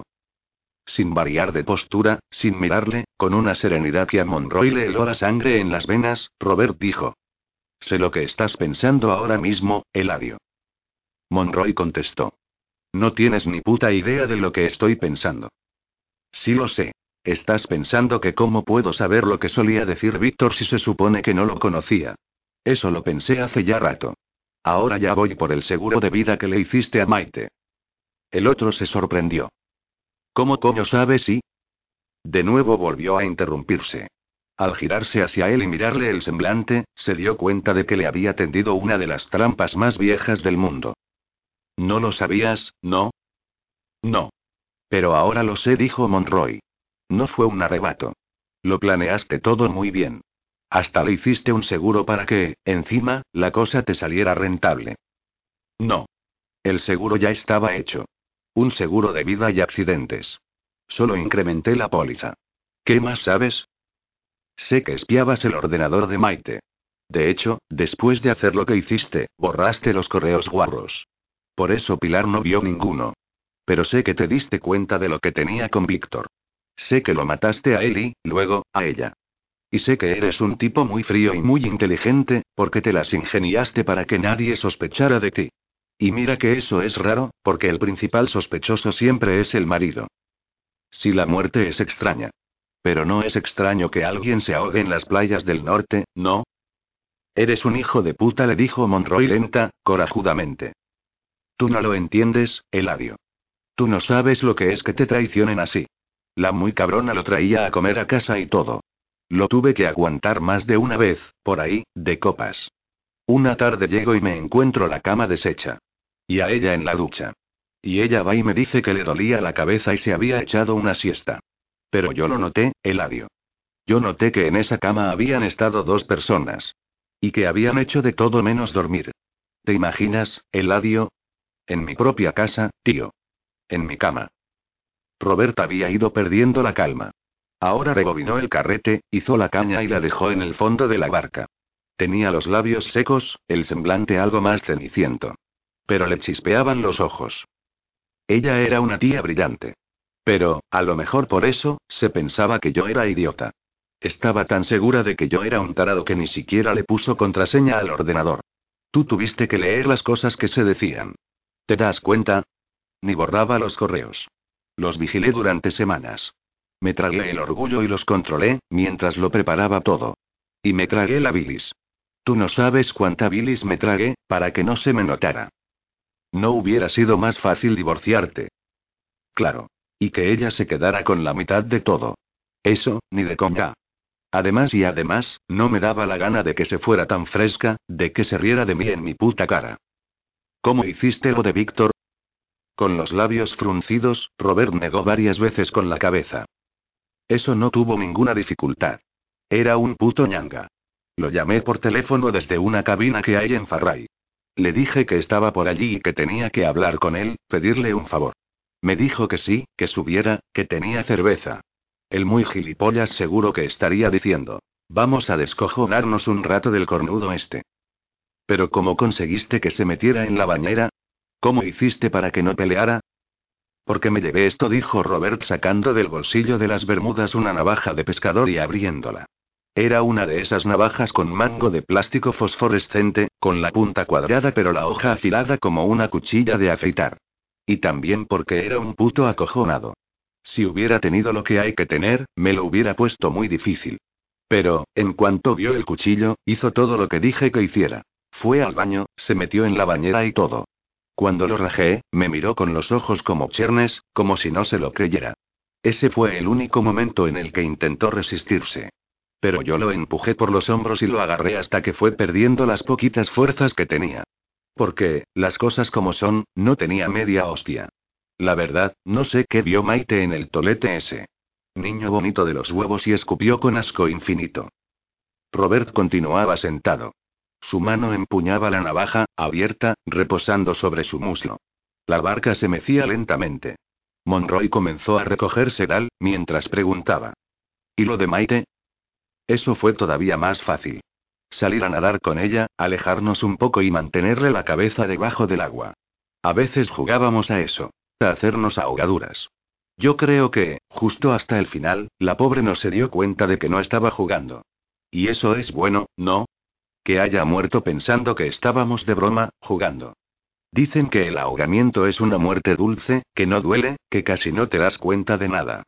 Sin variar de postura, sin mirarle, con una serenidad que a Monroy le heló la sangre en las venas, Robert dijo. Sé lo que estás pensando ahora mismo, Eladio. Monroy contestó. No tienes ni puta idea de lo que estoy pensando. Sí lo sé. Estás pensando que cómo puedo saber lo que solía decir Víctor si se supone que no lo conocía. Eso lo pensé hace ya rato. Ahora ya voy por el seguro de vida que le hiciste a Maite. El otro se sorprendió. ¿Cómo coño sabes si? De nuevo volvió a interrumpirse. Al girarse hacia él y mirarle el semblante, se dio cuenta de que le había tendido una de las trampas más viejas del mundo. ¿No lo sabías, no? No. Pero ahora lo sé, dijo Monroy. No fue un arrebato. Lo planeaste todo muy bien. Hasta le hiciste un seguro para que, encima, la cosa te saliera rentable. No. El seguro ya estaba hecho. Un seguro de vida y accidentes. Solo incrementé la póliza. ¿Qué más sabes? Sé que espiabas el ordenador de Maite. De hecho, después de hacer lo que hiciste, borraste los correos guarros. Por eso Pilar no vio ninguno. Pero sé que te diste cuenta de lo que tenía con Víctor. Sé que lo mataste a él y, luego, a ella. Y sé que eres un tipo muy frío y muy inteligente, porque te las ingeniaste para que nadie sospechara de ti. Y mira que eso es raro, porque el principal sospechoso siempre es el marido. Si la muerte es extraña. Pero no es extraño que alguien se ahogue en las playas del norte, ¿no? Eres un hijo de puta, le dijo Monroy lenta, corajudamente. Tú no lo entiendes, Eladio. Tú no sabes lo que es que te traicionen así. La muy cabrona lo traía a comer a casa y todo. Lo tuve que aguantar más de una vez, por ahí, de copas. Una tarde llego y me encuentro la cama deshecha. Y a ella en la ducha. Y ella va y me dice que le dolía la cabeza y se había echado una siesta. Pero yo lo noté, Eladio. Yo noté que en esa cama habían estado dos personas. Y que habían hecho de todo menos dormir. ¿Te imaginas, Eladio? En mi propia casa, tío. En mi cama. Robert había ido perdiendo la calma. Ahora rebobinó el carrete, hizo la caña y la dejó en el fondo de la barca. Tenía los labios secos, el semblante algo más ceniciento. pero le chispeaban los ojos. Ella era una tía brillante. Pero, a lo mejor por eso, se pensaba que yo era idiota. Estaba tan segura de que yo era un tarado que ni siquiera le puso contraseña al ordenador. Tú tuviste que leer las cosas que se decían. ¿Te das cuenta? Ni borraba los correos. Los vigilé durante semanas. Me tragué el orgullo y los controlé, mientras lo preparaba todo. Y me tragué la bilis. Tú no sabes cuánta bilis me tragué, para que no se me notara. ¿No hubiera sido más fácil divorciarte? Claro. Y que ella se quedara con la mitad de todo. Eso, ni de coña. Además y además, no me daba la gana de que se fuera tan fresca, de que se riera de mí en mi puta cara. ¿Cómo hiciste lo de Víctor? Con los labios fruncidos, Robert negó varias veces con la cabeza. Eso no tuvo ninguna dificultad. Era un puto ñanga. Lo llamé por teléfono desde una cabina que hay en Farray. Le dije que estaba por allí y que tenía que hablar con él, pedirle un favor. Me dijo que sí, que subiera, que tenía cerveza. El muy gilipollas seguro que estaría diciendo: vamos a descojonarnos un rato del cornudo este. ¿Pero cómo conseguiste que se metiera en la bañera? ¿Cómo hiciste para que no peleara? Porque me llevé esto, dijo Robert sacando del bolsillo de las bermudas una navaja de pescador y abriéndola. Era una de esas navajas con mango de plástico fosforescente, con la punta cuadrada pero la hoja afilada como una cuchilla de afeitar. Y también porque era un puto acojonado. Si hubiera tenido lo que hay que tener, me lo hubiera puesto muy difícil. Pero, en cuanto vio el cuchillo, hizo todo lo que dije que hiciera. Fue al baño, se metió en la bañera y todo. Cuando lo rajé, me miró con los ojos como chernes, como si no se lo creyera. Ese fue el único momento en el que intentó resistirse. Pero yo lo empujé por los hombros y lo agarré hasta que fue perdiendo las poquitas fuerzas que tenía. Porque, las cosas como son, no tenía media hostia. La verdad, no sé qué vio Maite en el tolete ese. Niño bonito de los huevos, y escupió con asco infinito. Robert continuaba sentado. Su mano empuñaba la navaja, abierta, reposando sobre su muslo. La barca se mecía lentamente. Monroy comenzó a recoger sedal, mientras preguntaba: ¿y lo de Maite? Eso fue todavía más fácil. Salir a nadar con ella, alejarnos un poco y mantenerle la cabeza debajo del agua. A veces jugábamos a eso, a hacernos ahogaduras. Yo creo que, justo hasta el final, la pobre no se dio cuenta de que no estaba jugando. Y eso es bueno, ¿no? Que haya muerto pensando que estábamos de broma, jugando. Dicen que el ahogamiento es una muerte dulce, que no duele, que casi no te das cuenta de nada.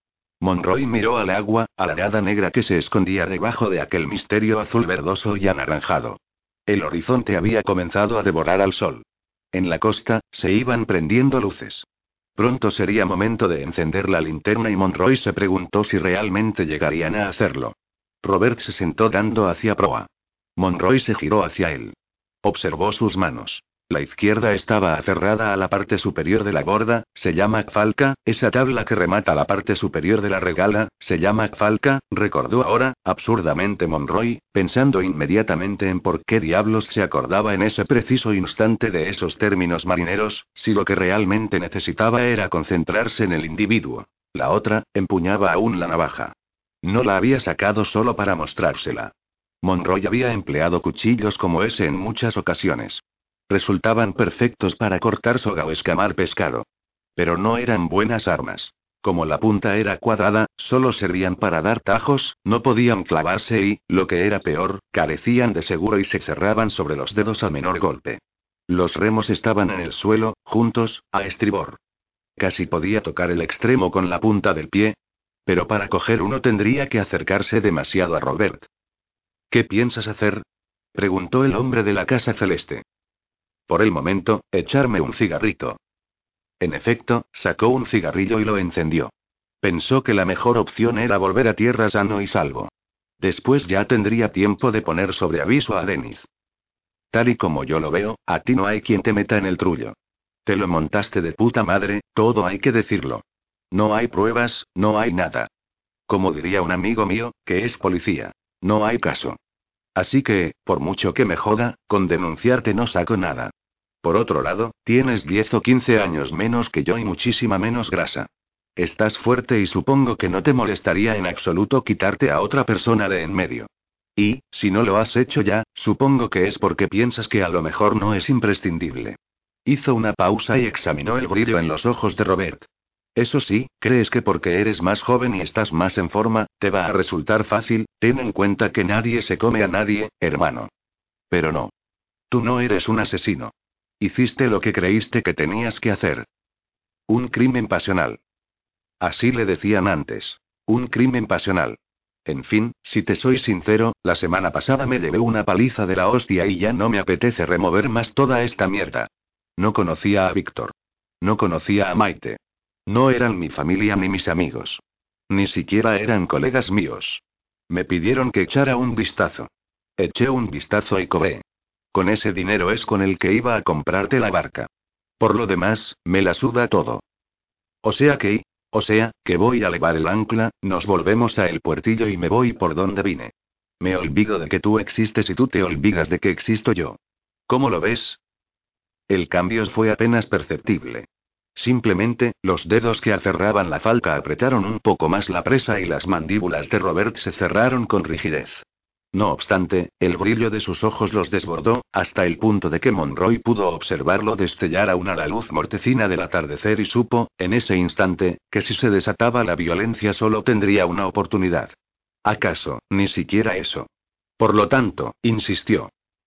Monroy miró al agua, a la nada negra que se escondía debajo de aquel misterio azul verdoso y anaranjado. El horizonte había comenzado a devorar al sol. En la costa, se iban prendiendo luces. Pronto sería momento de encender la linterna y Monroy se preguntó si realmente llegarían a hacerlo. Robert se sentó dando hacia proa. Monroy se giró hacia él. Observó sus manos. La izquierda estaba aferrada a la parte superior de la borda, se llama falca, esa tabla que remata la parte superior de la regala, se llama falca, recordó ahora, absurdamente Monroy, pensando inmediatamente en por qué diablos se acordaba en ese preciso instante de esos términos marineros, si lo que realmente necesitaba era concentrarse en el individuo. La otra, empuñaba aún la navaja. No la había sacado solo para mostrársela. Monroy había empleado cuchillos como ese en muchas ocasiones. Resultaban perfectos para cortar soga o escamar pescado. Pero no eran buenas armas. Como la punta era cuadrada, solo servían para dar tajos, no podían clavarse y, lo que era peor, carecían de seguro y se cerraban sobre los dedos al menor golpe. Los remos estaban en el suelo, juntos, a estribor. Casi podía tocar el extremo con la punta del pie. Pero para coger uno tendría que acercarse demasiado a Robert. ¿Qué piensas hacer?, preguntó el hombre de la casa celeste. Por el momento, echarme un cigarrito. En efecto, sacó un cigarrillo y lo encendió. Pensó que la mejor opción era volver a tierra sano y salvo. Después ya tendría tiempo de poner sobre aviso a Dennis. Tal y como yo lo veo, a ti no hay quien te meta en el trullo. Te lo montaste de puta madre, todo hay que decirlo. No hay pruebas, no hay nada. Como diría un amigo mío, que es policía, no hay caso. Así que, por mucho que me joda, con denunciarte no saco nada. Por otro lado, tienes diez o quince años menos que yo y muchísima menos grasa. Estás fuerte y supongo que no te molestaría en absoluto quitarte a otra persona de en medio. Y, si no lo has hecho ya, supongo que es porque piensas que a lo mejor no es imprescindible. Hizo una pausa y examinó el brillo en los ojos de Robert. Eso sí, crees que porque eres más joven y estás más en forma, te va a resultar fácil. Ten en cuenta que nadie se come a nadie, hermano. Pero no. Tú no eres un asesino. Hiciste lo que creíste que tenías que hacer. Un crimen pasional. Así le decían antes. Un crimen pasional. En fin, si te soy sincero, la semana pasada me llevé una paliza de la hostia y ya no me apetece remover más toda esta mierda. No conocía a Víctor. No conocía a Maite. No eran mi familia ni mis amigos. Ni siquiera eran colegas míos. Me pidieron que echara un vistazo. Eché un vistazo y cobré. Con ese dinero es con el que iba a comprarte la barca. Por lo demás, me la suda todo. O sea que... O sea, que voy a levar el ancla, nos volvemos a el puertillo y me voy por donde vine. Me olvido de que tú existes y tú te olvidas de que existo yo. ¿Cómo lo ves? El cambio fue apenas perceptible. Simplemente, los dedos que aferraban la falca apretaron un poco más la presa y las mandíbulas de Robert se cerraron con rigidez. No obstante, el brillo de sus ojos los desbordó, hasta el punto de que Monroy pudo observarlo destellar aún a la luz mortecina del atardecer y supo, en ese instante, que si se desataba la violencia solo tendría una oportunidad. ¿Acaso, ni siquiera eso? Por lo tanto, insistió.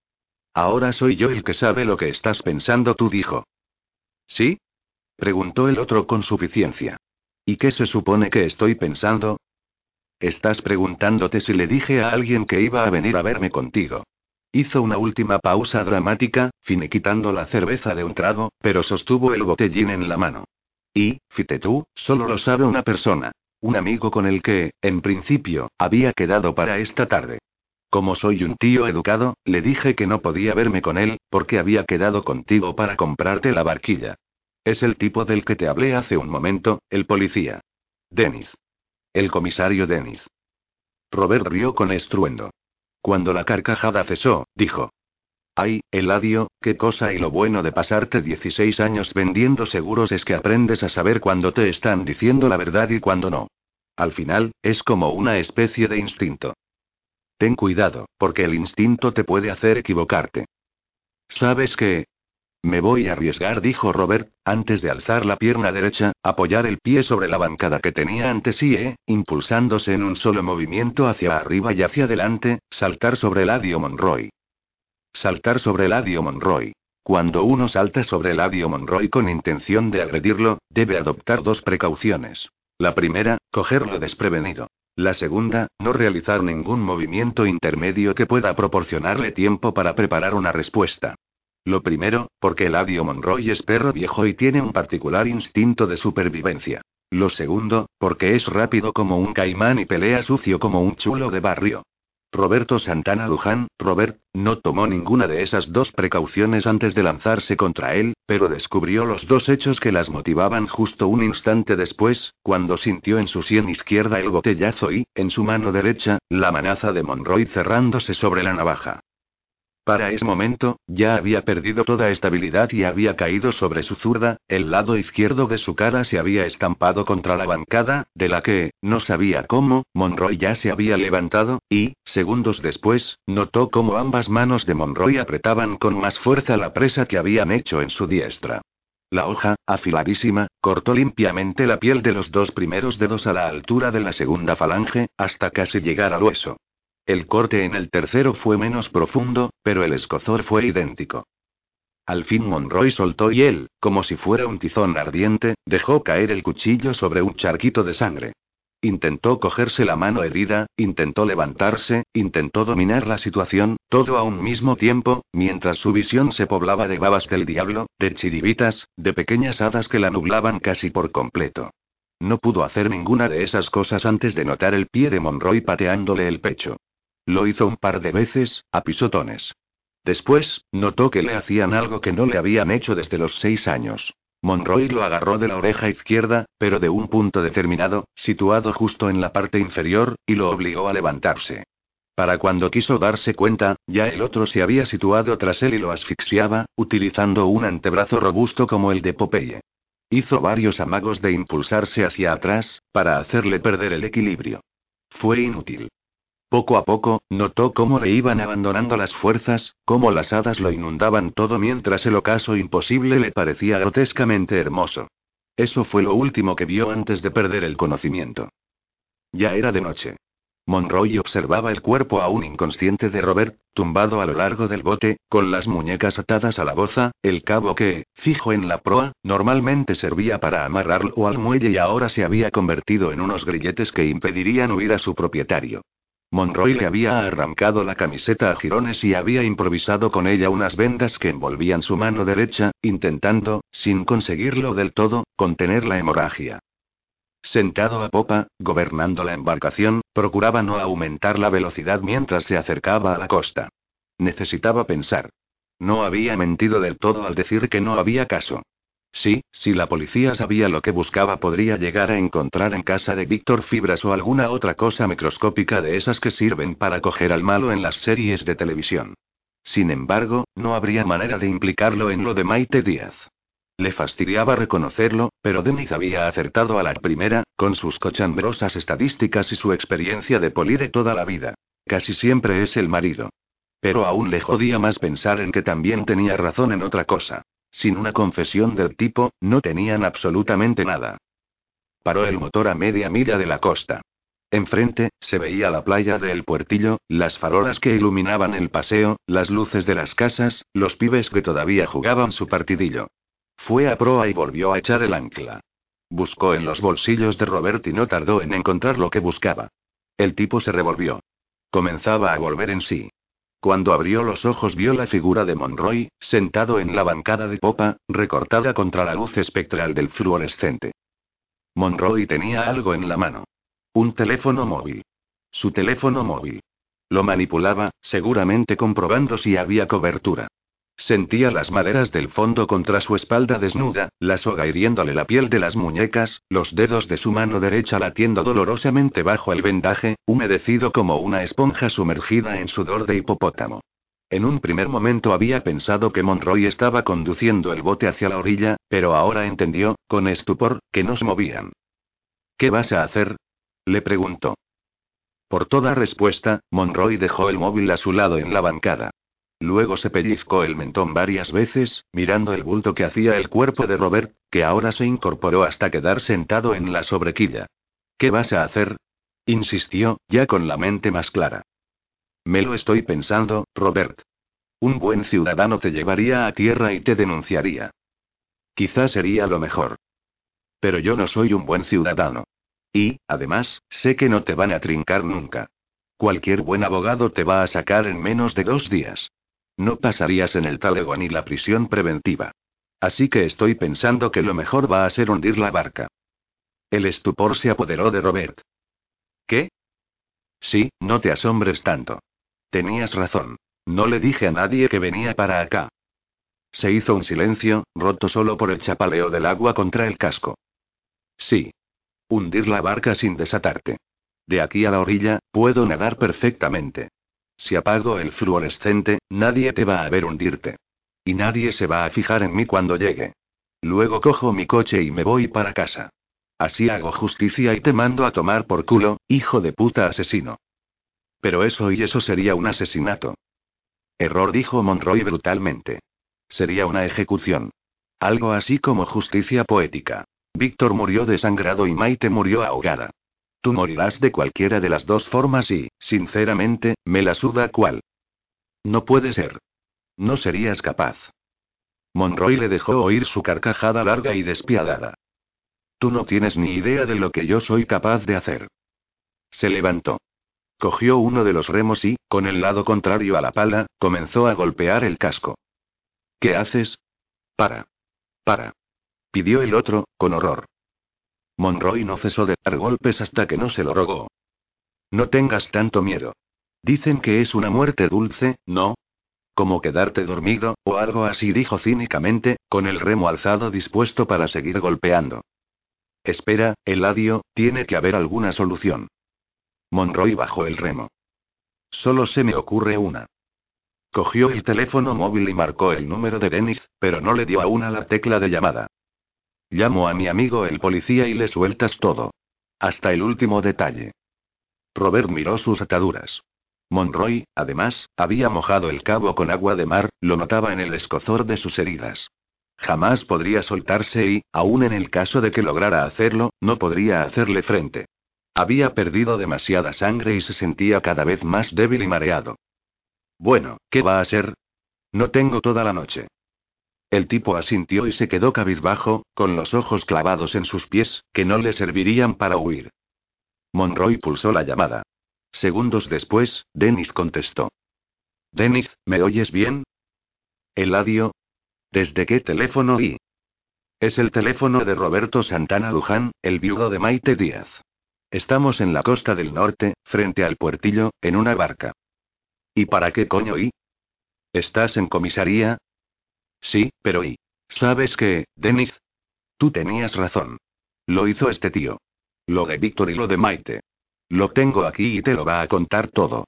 Ahora soy yo el que sabe lo que estás pensando, tú dijo. ¿Sí? Preguntó el otro con suficiencia. ¿Y qué se supone que estoy pensando? Estás preguntándote si le dije a alguien que iba a venir a verme contigo. Hizo una última pausa dramática, finiquitando la cerveza de un trago, pero sostuvo el botellín en la mano. Y, fíjate tú, solo lo sabe una persona. Un amigo con el que, en principio, había quedado para esta tarde. Como soy un tío educado, le dije que no podía verme con él, porque había quedado contigo para comprarte la barquilla. Es el tipo del que te hablé hace un momento, el policía. Dennis. El comisario Dennis. Robert rió con estruendo. Cuando la carcajada cesó, dijo. Ay, Eladio, qué cosa, y lo bueno de pasarte dieciséis años vendiendo seguros es que aprendes a saber cuándo te están diciendo la verdad y cuándo no. Al final, es como una especie de instinto. Ten cuidado, porque el instinto te puede hacer equivocarte. ¿Sabes qué? Me voy a arriesgar, dijo Robert, antes de alzar la pierna derecha, apoyar el pie sobre la bancada que tenía ante sí e, impulsándose en un solo movimiento hacia arriba y hacia adelante, saltar sobre Eladio Monroy. Saltar sobre Eladio Monroy. Cuando uno salta sobre Eladio Monroy con intención de agredirlo, debe adoptar dos precauciones. La primera, cogerlo desprevenido. La segunda, no realizar ningún movimiento intermedio que pueda proporcionarle tiempo para preparar una respuesta. Lo primero, porque Eladio Monroy es perro viejo y tiene un particular instinto de supervivencia. Lo segundo, porque es rápido como un caimán y pelea sucio como un chulo de barrio. Roberto Santana Luján, Robert, no tomó ninguna de esas dos precauciones antes de lanzarse contra él, pero descubrió los dos hechos que las motivaban justo un instante después, cuando sintió en su sien izquierda el botellazo y, en su mano derecha, la manaza de Monroy cerrándose sobre la navaja. Para ese momento, ya había perdido toda estabilidad y había caído sobre su zurda, el lado izquierdo de su cara se había estampado contra la bancada, de la que, no sabía cómo, Monroy ya se había levantado, y, segundos después, notó cómo ambas manos de Monroy apretaban con más fuerza la presa que habían hecho en su diestra. La hoja, afiladísima, cortó limpiamente la piel de los dos primeros dedos a la altura de la segunda falange, hasta casi llegar al hueso. El corte en el tercero fue menos profundo, pero el escozor fue idéntico. Al fin Monroy soltó y él, como si fuera un tizón ardiente, dejó caer el cuchillo sobre un charquito de sangre. Intentó cogerse la mano herida, intentó levantarse, intentó dominar la situación, todo a un mismo tiempo, mientras su visión se poblaba de babas del diablo, de chiribitas, de pequeñas hadas que la nublaban casi por completo. No pudo hacer ninguna de esas cosas antes de notar el pie de Monroy pateándole el pecho. Lo hizo un par de veces, a pisotones. Después, notó que le hacían algo que no le habían hecho desde los seis años. Monroy lo agarró de la oreja izquierda, pero de un punto determinado, situado justo en la parte inferior, y lo obligó a levantarse. Para cuando quiso darse cuenta, ya el otro se había situado tras él y lo asfixiaba, utilizando un antebrazo robusto como el de Popeye. Hizo varios amagos de impulsarse hacia atrás, para hacerle perder el equilibrio. Fue inútil. Poco a poco, notó cómo le iban abandonando las fuerzas, cómo las hadas lo inundaban todo mientras el ocaso imposible le parecía grotescamente hermoso. Eso fue lo último que vio antes de perder el conocimiento. Ya era de noche. Monroy observaba el cuerpo aún inconsciente de Robert, tumbado a lo largo del bote, con las muñecas atadas a la boza, el cabo que, fijo en la proa, normalmente servía para amarrarlo al muelle y ahora se había convertido en unos grilletes que impedirían huir a su propietario. Monroy le había arrancado la camiseta a jirones y había improvisado con ella unas vendas que envolvían su mano derecha, intentando, sin conseguirlo del todo, contener la hemorragia. Sentado a popa, gobernando la embarcación, procuraba no aumentar la velocidad mientras se acercaba a la costa. Necesitaba pensar. No había mentido del todo al decir que no había caso. Sí, si la policía sabía lo que buscaba, podría llegar a encontrar en casa de Víctor fibras o alguna otra cosa microscópica de esas que sirven para coger al malo en las series de televisión. Sin embargo, no habría manera de implicarlo en lo de Maite Díaz. Le fastidiaba reconocerlo, pero Dennis había acertado a la primera, con sus cochambrosas estadísticas y su experiencia de poli de toda la vida. Casi siempre es el marido. Pero aún le jodía más pensar en que también tenía razón en otra cosa. Sin una confesión del tipo, no tenían absolutamente nada. Paró el motor a media milla de la costa. Enfrente, se veía la playa de El Puertillo, las farolas que iluminaban el paseo, las luces de las casas, los pibes que todavía jugaban su partidillo. Fue a proa y volvió a echar el ancla. Buscó en los bolsillos de Robert y no tardó en encontrar lo que buscaba. El tipo se revolvió. Comenzaba a volver en sí. Cuando abrió los ojos vio la figura de Monroy, sentado en la bancada de popa, recortada contra la luz espectral del fluorescente. Monroy tenía algo en la mano. Un teléfono móvil. Su teléfono móvil. Lo manipulaba, seguramente comprobando si había cobertura. Sentía las maderas del fondo contra su espalda desnuda, la soga hiriéndole la piel de las muñecas, los dedos de su mano derecha latiendo dolorosamente bajo el vendaje, humedecido como una esponja sumergida en sudor de hipopótamo. En un primer momento había pensado que Monroy estaba conduciendo el bote hacia la orilla, pero ahora entendió, con estupor, que no se movían. ¿Qué vas a hacer?, le preguntó. Por toda respuesta, Monroy dejó el móvil a su lado en la bancada. Luego se pellizcó el mentón varias veces, mirando el bulto que hacía el cuerpo de Robert, que ahora se incorporó hasta quedar sentado en la sobrequilla. ¿Qué vas a hacer?, insistió, ya con la mente más clara. Me lo estoy pensando, Robert. Un buen ciudadano te llevaría a tierra y te denunciaría. Quizás sería lo mejor. Pero yo no soy un buen ciudadano. Y, además, sé que no te van a trincar nunca. Cualquier buen abogado te va a sacar en menos de dos días. No pasarías en el talego ni la prisión preventiva. Así que estoy pensando que lo mejor va a ser hundir la barca. El estupor se apoderó de Robert. ¿Qué? Sí, no te asombres tanto. Tenías razón. No le dije a nadie que venía para acá. Se hizo un silencio, roto solo por el chapaleo del agua contra el casco. Sí. Hundir la barca sin desatarte. De aquí a la orilla, puedo nadar perfectamente. Si apago el fluorescente, nadie te va a ver hundirte. Y nadie se va a fijar en mí cuando llegue. Luego cojo mi coche y me voy para casa. Así hago justicia y te mando a tomar por culo, hijo de puta asesino. Pero eso y eso sería un asesinato. Error, dijo Monroy brutalmente. Sería una ejecución. Algo así como justicia poética. Víctor murió desangrado y Maite murió ahogada. Tú morirás de cualquiera de las dos formas y, sinceramente, me la suda cuál. No puede ser. No serías capaz. Monroy le dejó oír su carcajada larga y despiadada. Tú no tienes ni idea de lo que yo soy capaz de hacer. Se levantó. Cogió uno de los remos y, con el lado contrario a la pala, comenzó a golpear el casco. ¿Qué haces? Para. Para. Pidió el otro, con horror. Monroy no cesó de dar golpes hasta que no se lo rogó. No tengas tanto miedo. Dicen que es una muerte dulce, ¿no? Como quedarte dormido, o algo así, dijo cínicamente, con el remo alzado dispuesto para seguir golpeando. Espera, Eladio, tiene que haber alguna solución. Monroy bajó el remo. Solo se me ocurre una. Cogió el teléfono móvil y marcó el número de Dennis, pero no le dio aún a la tecla de llamada. Llamo a mi amigo el policía y le sueltas todo. Hasta el último detalle. Robert miró sus ataduras. Monroy, además, había mojado el cabo con agua de mar, lo notaba en el escozor de sus heridas. Jamás podría soltarse y, aun en el caso de que lograra hacerlo, no podría hacerle frente. Había perdido demasiada sangre y se sentía cada vez más débil y mareado. Bueno, ¿qué va a ser? No tengo toda la noche. El tipo asintió y se quedó cabizbajo, con los ojos clavados en sus pies, que no le servirían para huir. Monroy pulsó la llamada. Segundos después, Dennis contestó. Dennis, ¿me oyes bien? Eladio. ¿Desde qué teléfono y? Es el teléfono de Roberto Santana Luján, el viudo de Maite Díaz. Estamos en la costa del norte, frente al puertillo, en una barca. ¿Y para qué coño y? ¿Estás en comisaría? Sí, pero ¿y? ¿Sabes qué, Dennis? Tú tenías razón. Lo hizo este tío. Lo de Víctor y lo de Maite. Lo tengo aquí y te lo va a contar todo.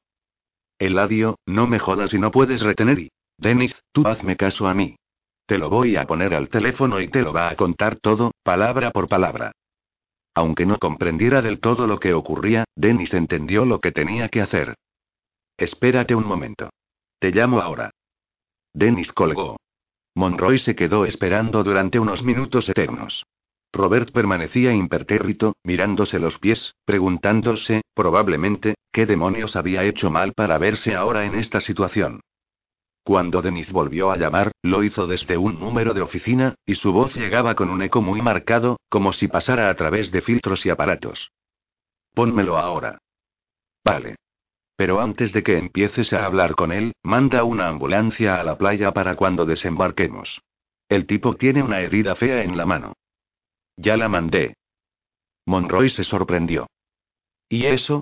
Eladio, no me jodas y no puedes retener y... Dennis, tú hazme caso a mí. Te lo voy a poner al teléfono y te lo va a contar todo, palabra por palabra. Aunque no comprendiera del todo lo que ocurría, Dennis entendió lo que tenía que hacer. Espérate un momento. Te llamo ahora. Dennis colgó. Monroy se quedó esperando durante unos minutos eternos. Robert permanecía impertérrito, mirándose los pies, preguntándose, probablemente, qué demonios había hecho mal para verse ahora en esta situación. Cuando Dennis volvió a llamar, lo hizo desde un número de oficina, y su voz llegaba con un eco muy marcado, como si pasara a través de filtros y aparatos. Pónmelo ahora. Vale. Pero antes de que empieces a hablar con él, manda una ambulancia a la playa para cuando desembarquemos. El tipo tiene una herida fea en la mano. Ya la mandé. Monroy se sorprendió. ¿Y eso?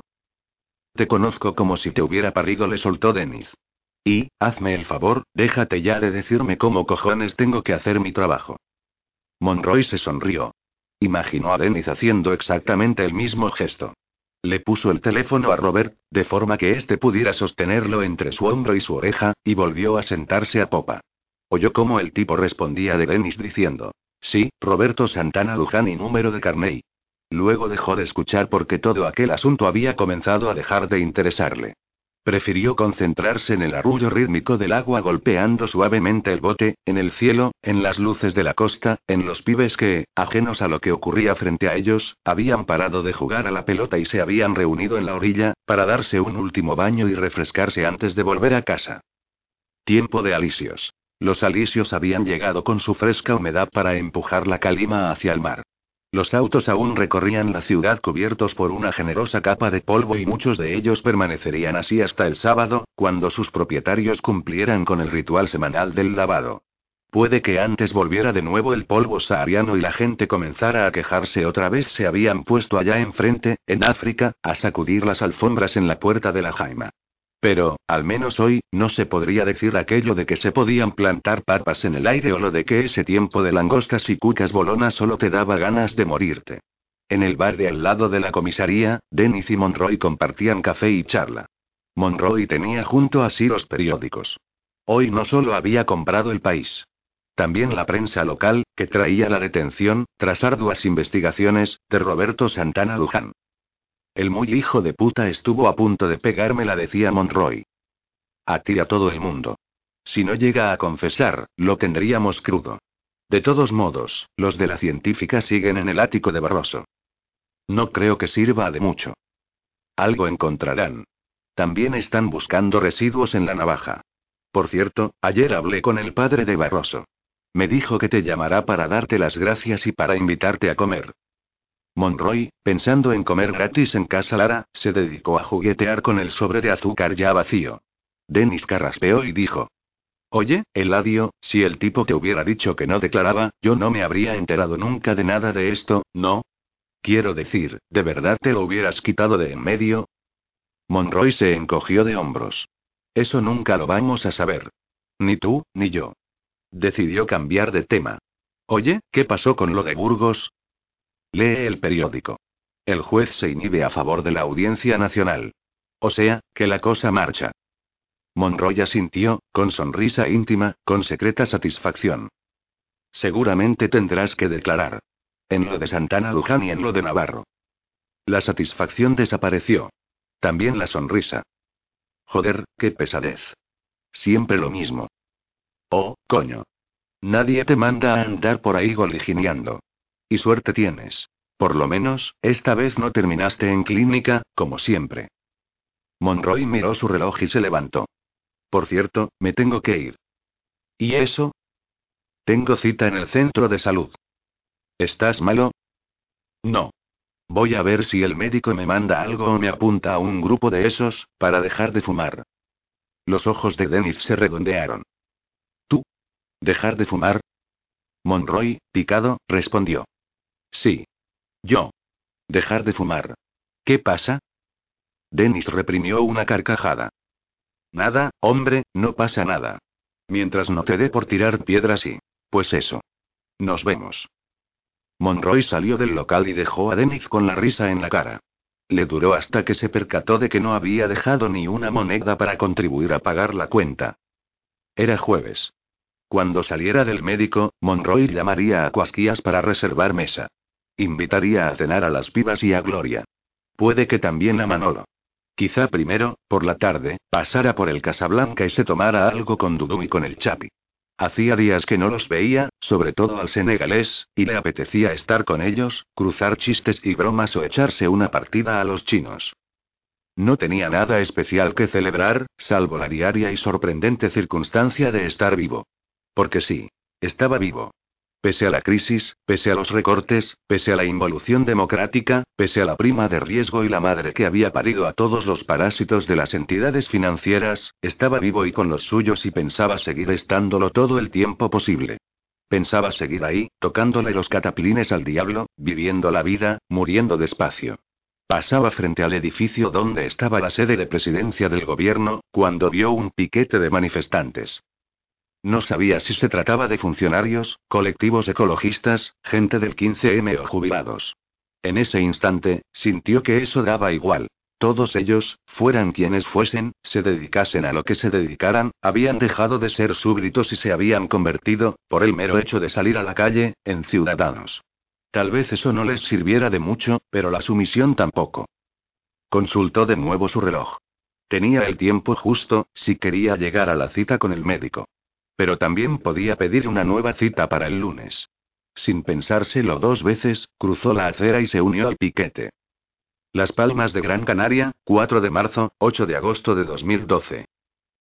Te conozco como si te hubiera parido, le soltó Dennis. Y, hazme el favor, déjate ya de decirme cómo cojones tengo que hacer mi trabajo. Monroy se sonrió. Imaginó a Dennis haciendo exactamente el mismo gesto. Le puso el teléfono a Robert, de forma que éste pudiera sostenerlo entre su hombro y su oreja, y volvió a sentarse a popa. Oyó cómo el tipo respondía de Dennis diciendo: sí, Roberto Santana Luján y número de carnet. Luego dejó de escuchar porque todo aquel asunto había comenzado a dejar de interesarle. Prefirió concentrarse en el arrullo rítmico del agua golpeando suavemente el bote, en el cielo, en las luces de la costa, en los pibes que, ajenos a lo que ocurría frente a ellos, habían parado de jugar a la pelota y se habían reunido en la orilla, para darse un último baño y refrescarse antes de volver a casa. Tiempo de alisios. Los alisios habían llegado con su fresca humedad para empujar la calima hacia el mar. Los autos aún recorrían la ciudad cubiertos por una generosa capa de polvo y muchos de ellos permanecerían así hasta el sábado, cuando sus propietarios cumplieran con el ritual semanal del lavado. Puede que antes volviera de nuevo el polvo sahariano y la gente comenzara a quejarse otra vez. Se habían puesto allá enfrente, en África, a sacudir las alfombras en la puerta de la Jaima. Pero, al menos hoy, no se podría decir aquello de que se podían plantar papas en el aire o lo de que ese tiempo de langostas y cucas bolonas solo te daba ganas de morirte. En el bar de al lado de la comisaría, Dennis y Monroy compartían café y charla. Monroy tenía junto a sí los periódicos. Hoy no solo había comprado El País. También la prensa local, que traía la detención, tras arduas investigaciones, de Roberto Santana Luján. El muy hijo de puta estuvo a punto de pegármela, decía Monroy. A ti y a todo el mundo. Si no llega a confesar, lo tendríamos crudo. De todos modos, los de la científica siguen en el ático de Barroso. No creo que sirva de mucho. Algo encontrarán. También están buscando residuos en la navaja. Por cierto, ayer hablé con el padre de Barroso. Me dijo que te llamará para darte las gracias y para invitarte a comer. Monroy, pensando en comer gratis en casa Lara, se dedicó a juguetear con el sobre de azúcar ya vacío. Dennis carraspeó y dijo: Oye, Eladio, si el tipo te hubiera dicho que no declaraba, yo no me habría enterado nunca de nada de esto, ¿no? Quiero decir, ¿de verdad te lo hubieras quitado de en medio? Monroy se encogió de hombros. Eso nunca lo vamos a saber. Ni tú, ni yo. Decidió cambiar de tema. Oye, ¿qué pasó con lo de Burgos? Lee el periódico. El juez se inhibe a favor de la Audiencia Nacional. O sea, que la cosa marcha. Monroy asintió, con sonrisa íntima, con secreta satisfacción. Seguramente tendrás que declarar. En lo de Santana Luján y en lo de Navarro. La satisfacción desapareció. También la sonrisa. Joder, qué pesadez. Siempre lo mismo. Oh, coño. Nadie te manda a andar por ahí goligineando. Y suerte tienes. Por lo menos, esta vez no terminaste en clínica, como siempre. Monroy miró su reloj y se levantó. Por cierto, me tengo que ir. ¿Y eso? Tengo cita en el centro de salud. ¿Estás malo? No. Voy a ver si el médico me manda algo o me apunta a un grupo de esos, para dejar de fumar. Los ojos de Dennis se redondearon. ¿Tú? ¿Dejar de fumar? Monroy, picado, respondió. Sí. Yo. Dejar de fumar. ¿Qué pasa? Dennis reprimió una carcajada. Nada, hombre, no pasa nada. Mientras no te dé por tirar piedras y... pues eso. Nos vemos. Monroy salió del local y dejó a Dennis con la risa en la cara. Le duró hasta que se percató de que no había dejado ni una moneda para contribuir a pagar la cuenta. Era jueves. Cuando saliera del médico, Monroy llamaría a Cuasquias para reservar mesa. Invitaría a cenar a las pibas y a Gloria. Puede que también a Manolo. Quizá primero, por la tarde, pasara por el Casablanca y se tomara algo con Dudu y con el Chapi. Hacía días que no los veía, sobre todo al senegalés, y le apetecía estar con ellos, cruzar chistes y bromas o echarse una partida a los chinos. No tenía nada especial que celebrar, salvo la diaria y sorprendente circunstancia de estar vivo. Porque sí, estaba vivo. Pese a la crisis, pese a los recortes, pese a la involución democrática, pese a la prima de riesgo y la madre que había parido a todos los parásitos de las entidades financieras, estaba vivo y con los suyos y pensaba seguir estándolo todo el tiempo posible. Pensaba seguir ahí, tocándole los catapilines al diablo, viviendo la vida, muriendo despacio. Pasaba frente al edificio donde estaba la sede de presidencia del gobierno, cuando vio un piquete de manifestantes. No sabía si se trataba de funcionarios, colectivos ecologistas, gente del quince eme o jubilados. En ese instante, sintió que eso daba igual. Todos ellos, fueran quienes fuesen, se dedicasen a lo que se dedicaran, habían dejado de ser súbditos y se habían convertido, por el mero hecho de salir a la calle, en ciudadanos. Tal vez eso no les sirviera de mucho, pero la sumisión tampoco. Consultó de nuevo su reloj. Tenía el tiempo justo, si quería llegar a la cita con el médico. Pero también podía pedir una nueva cita para el lunes. Sin pensárselo dos veces, cruzó la acera y se unió al piquete. Las Palmas de Gran Canaria, cuatro de marzo, ocho de agosto de dos mil doce.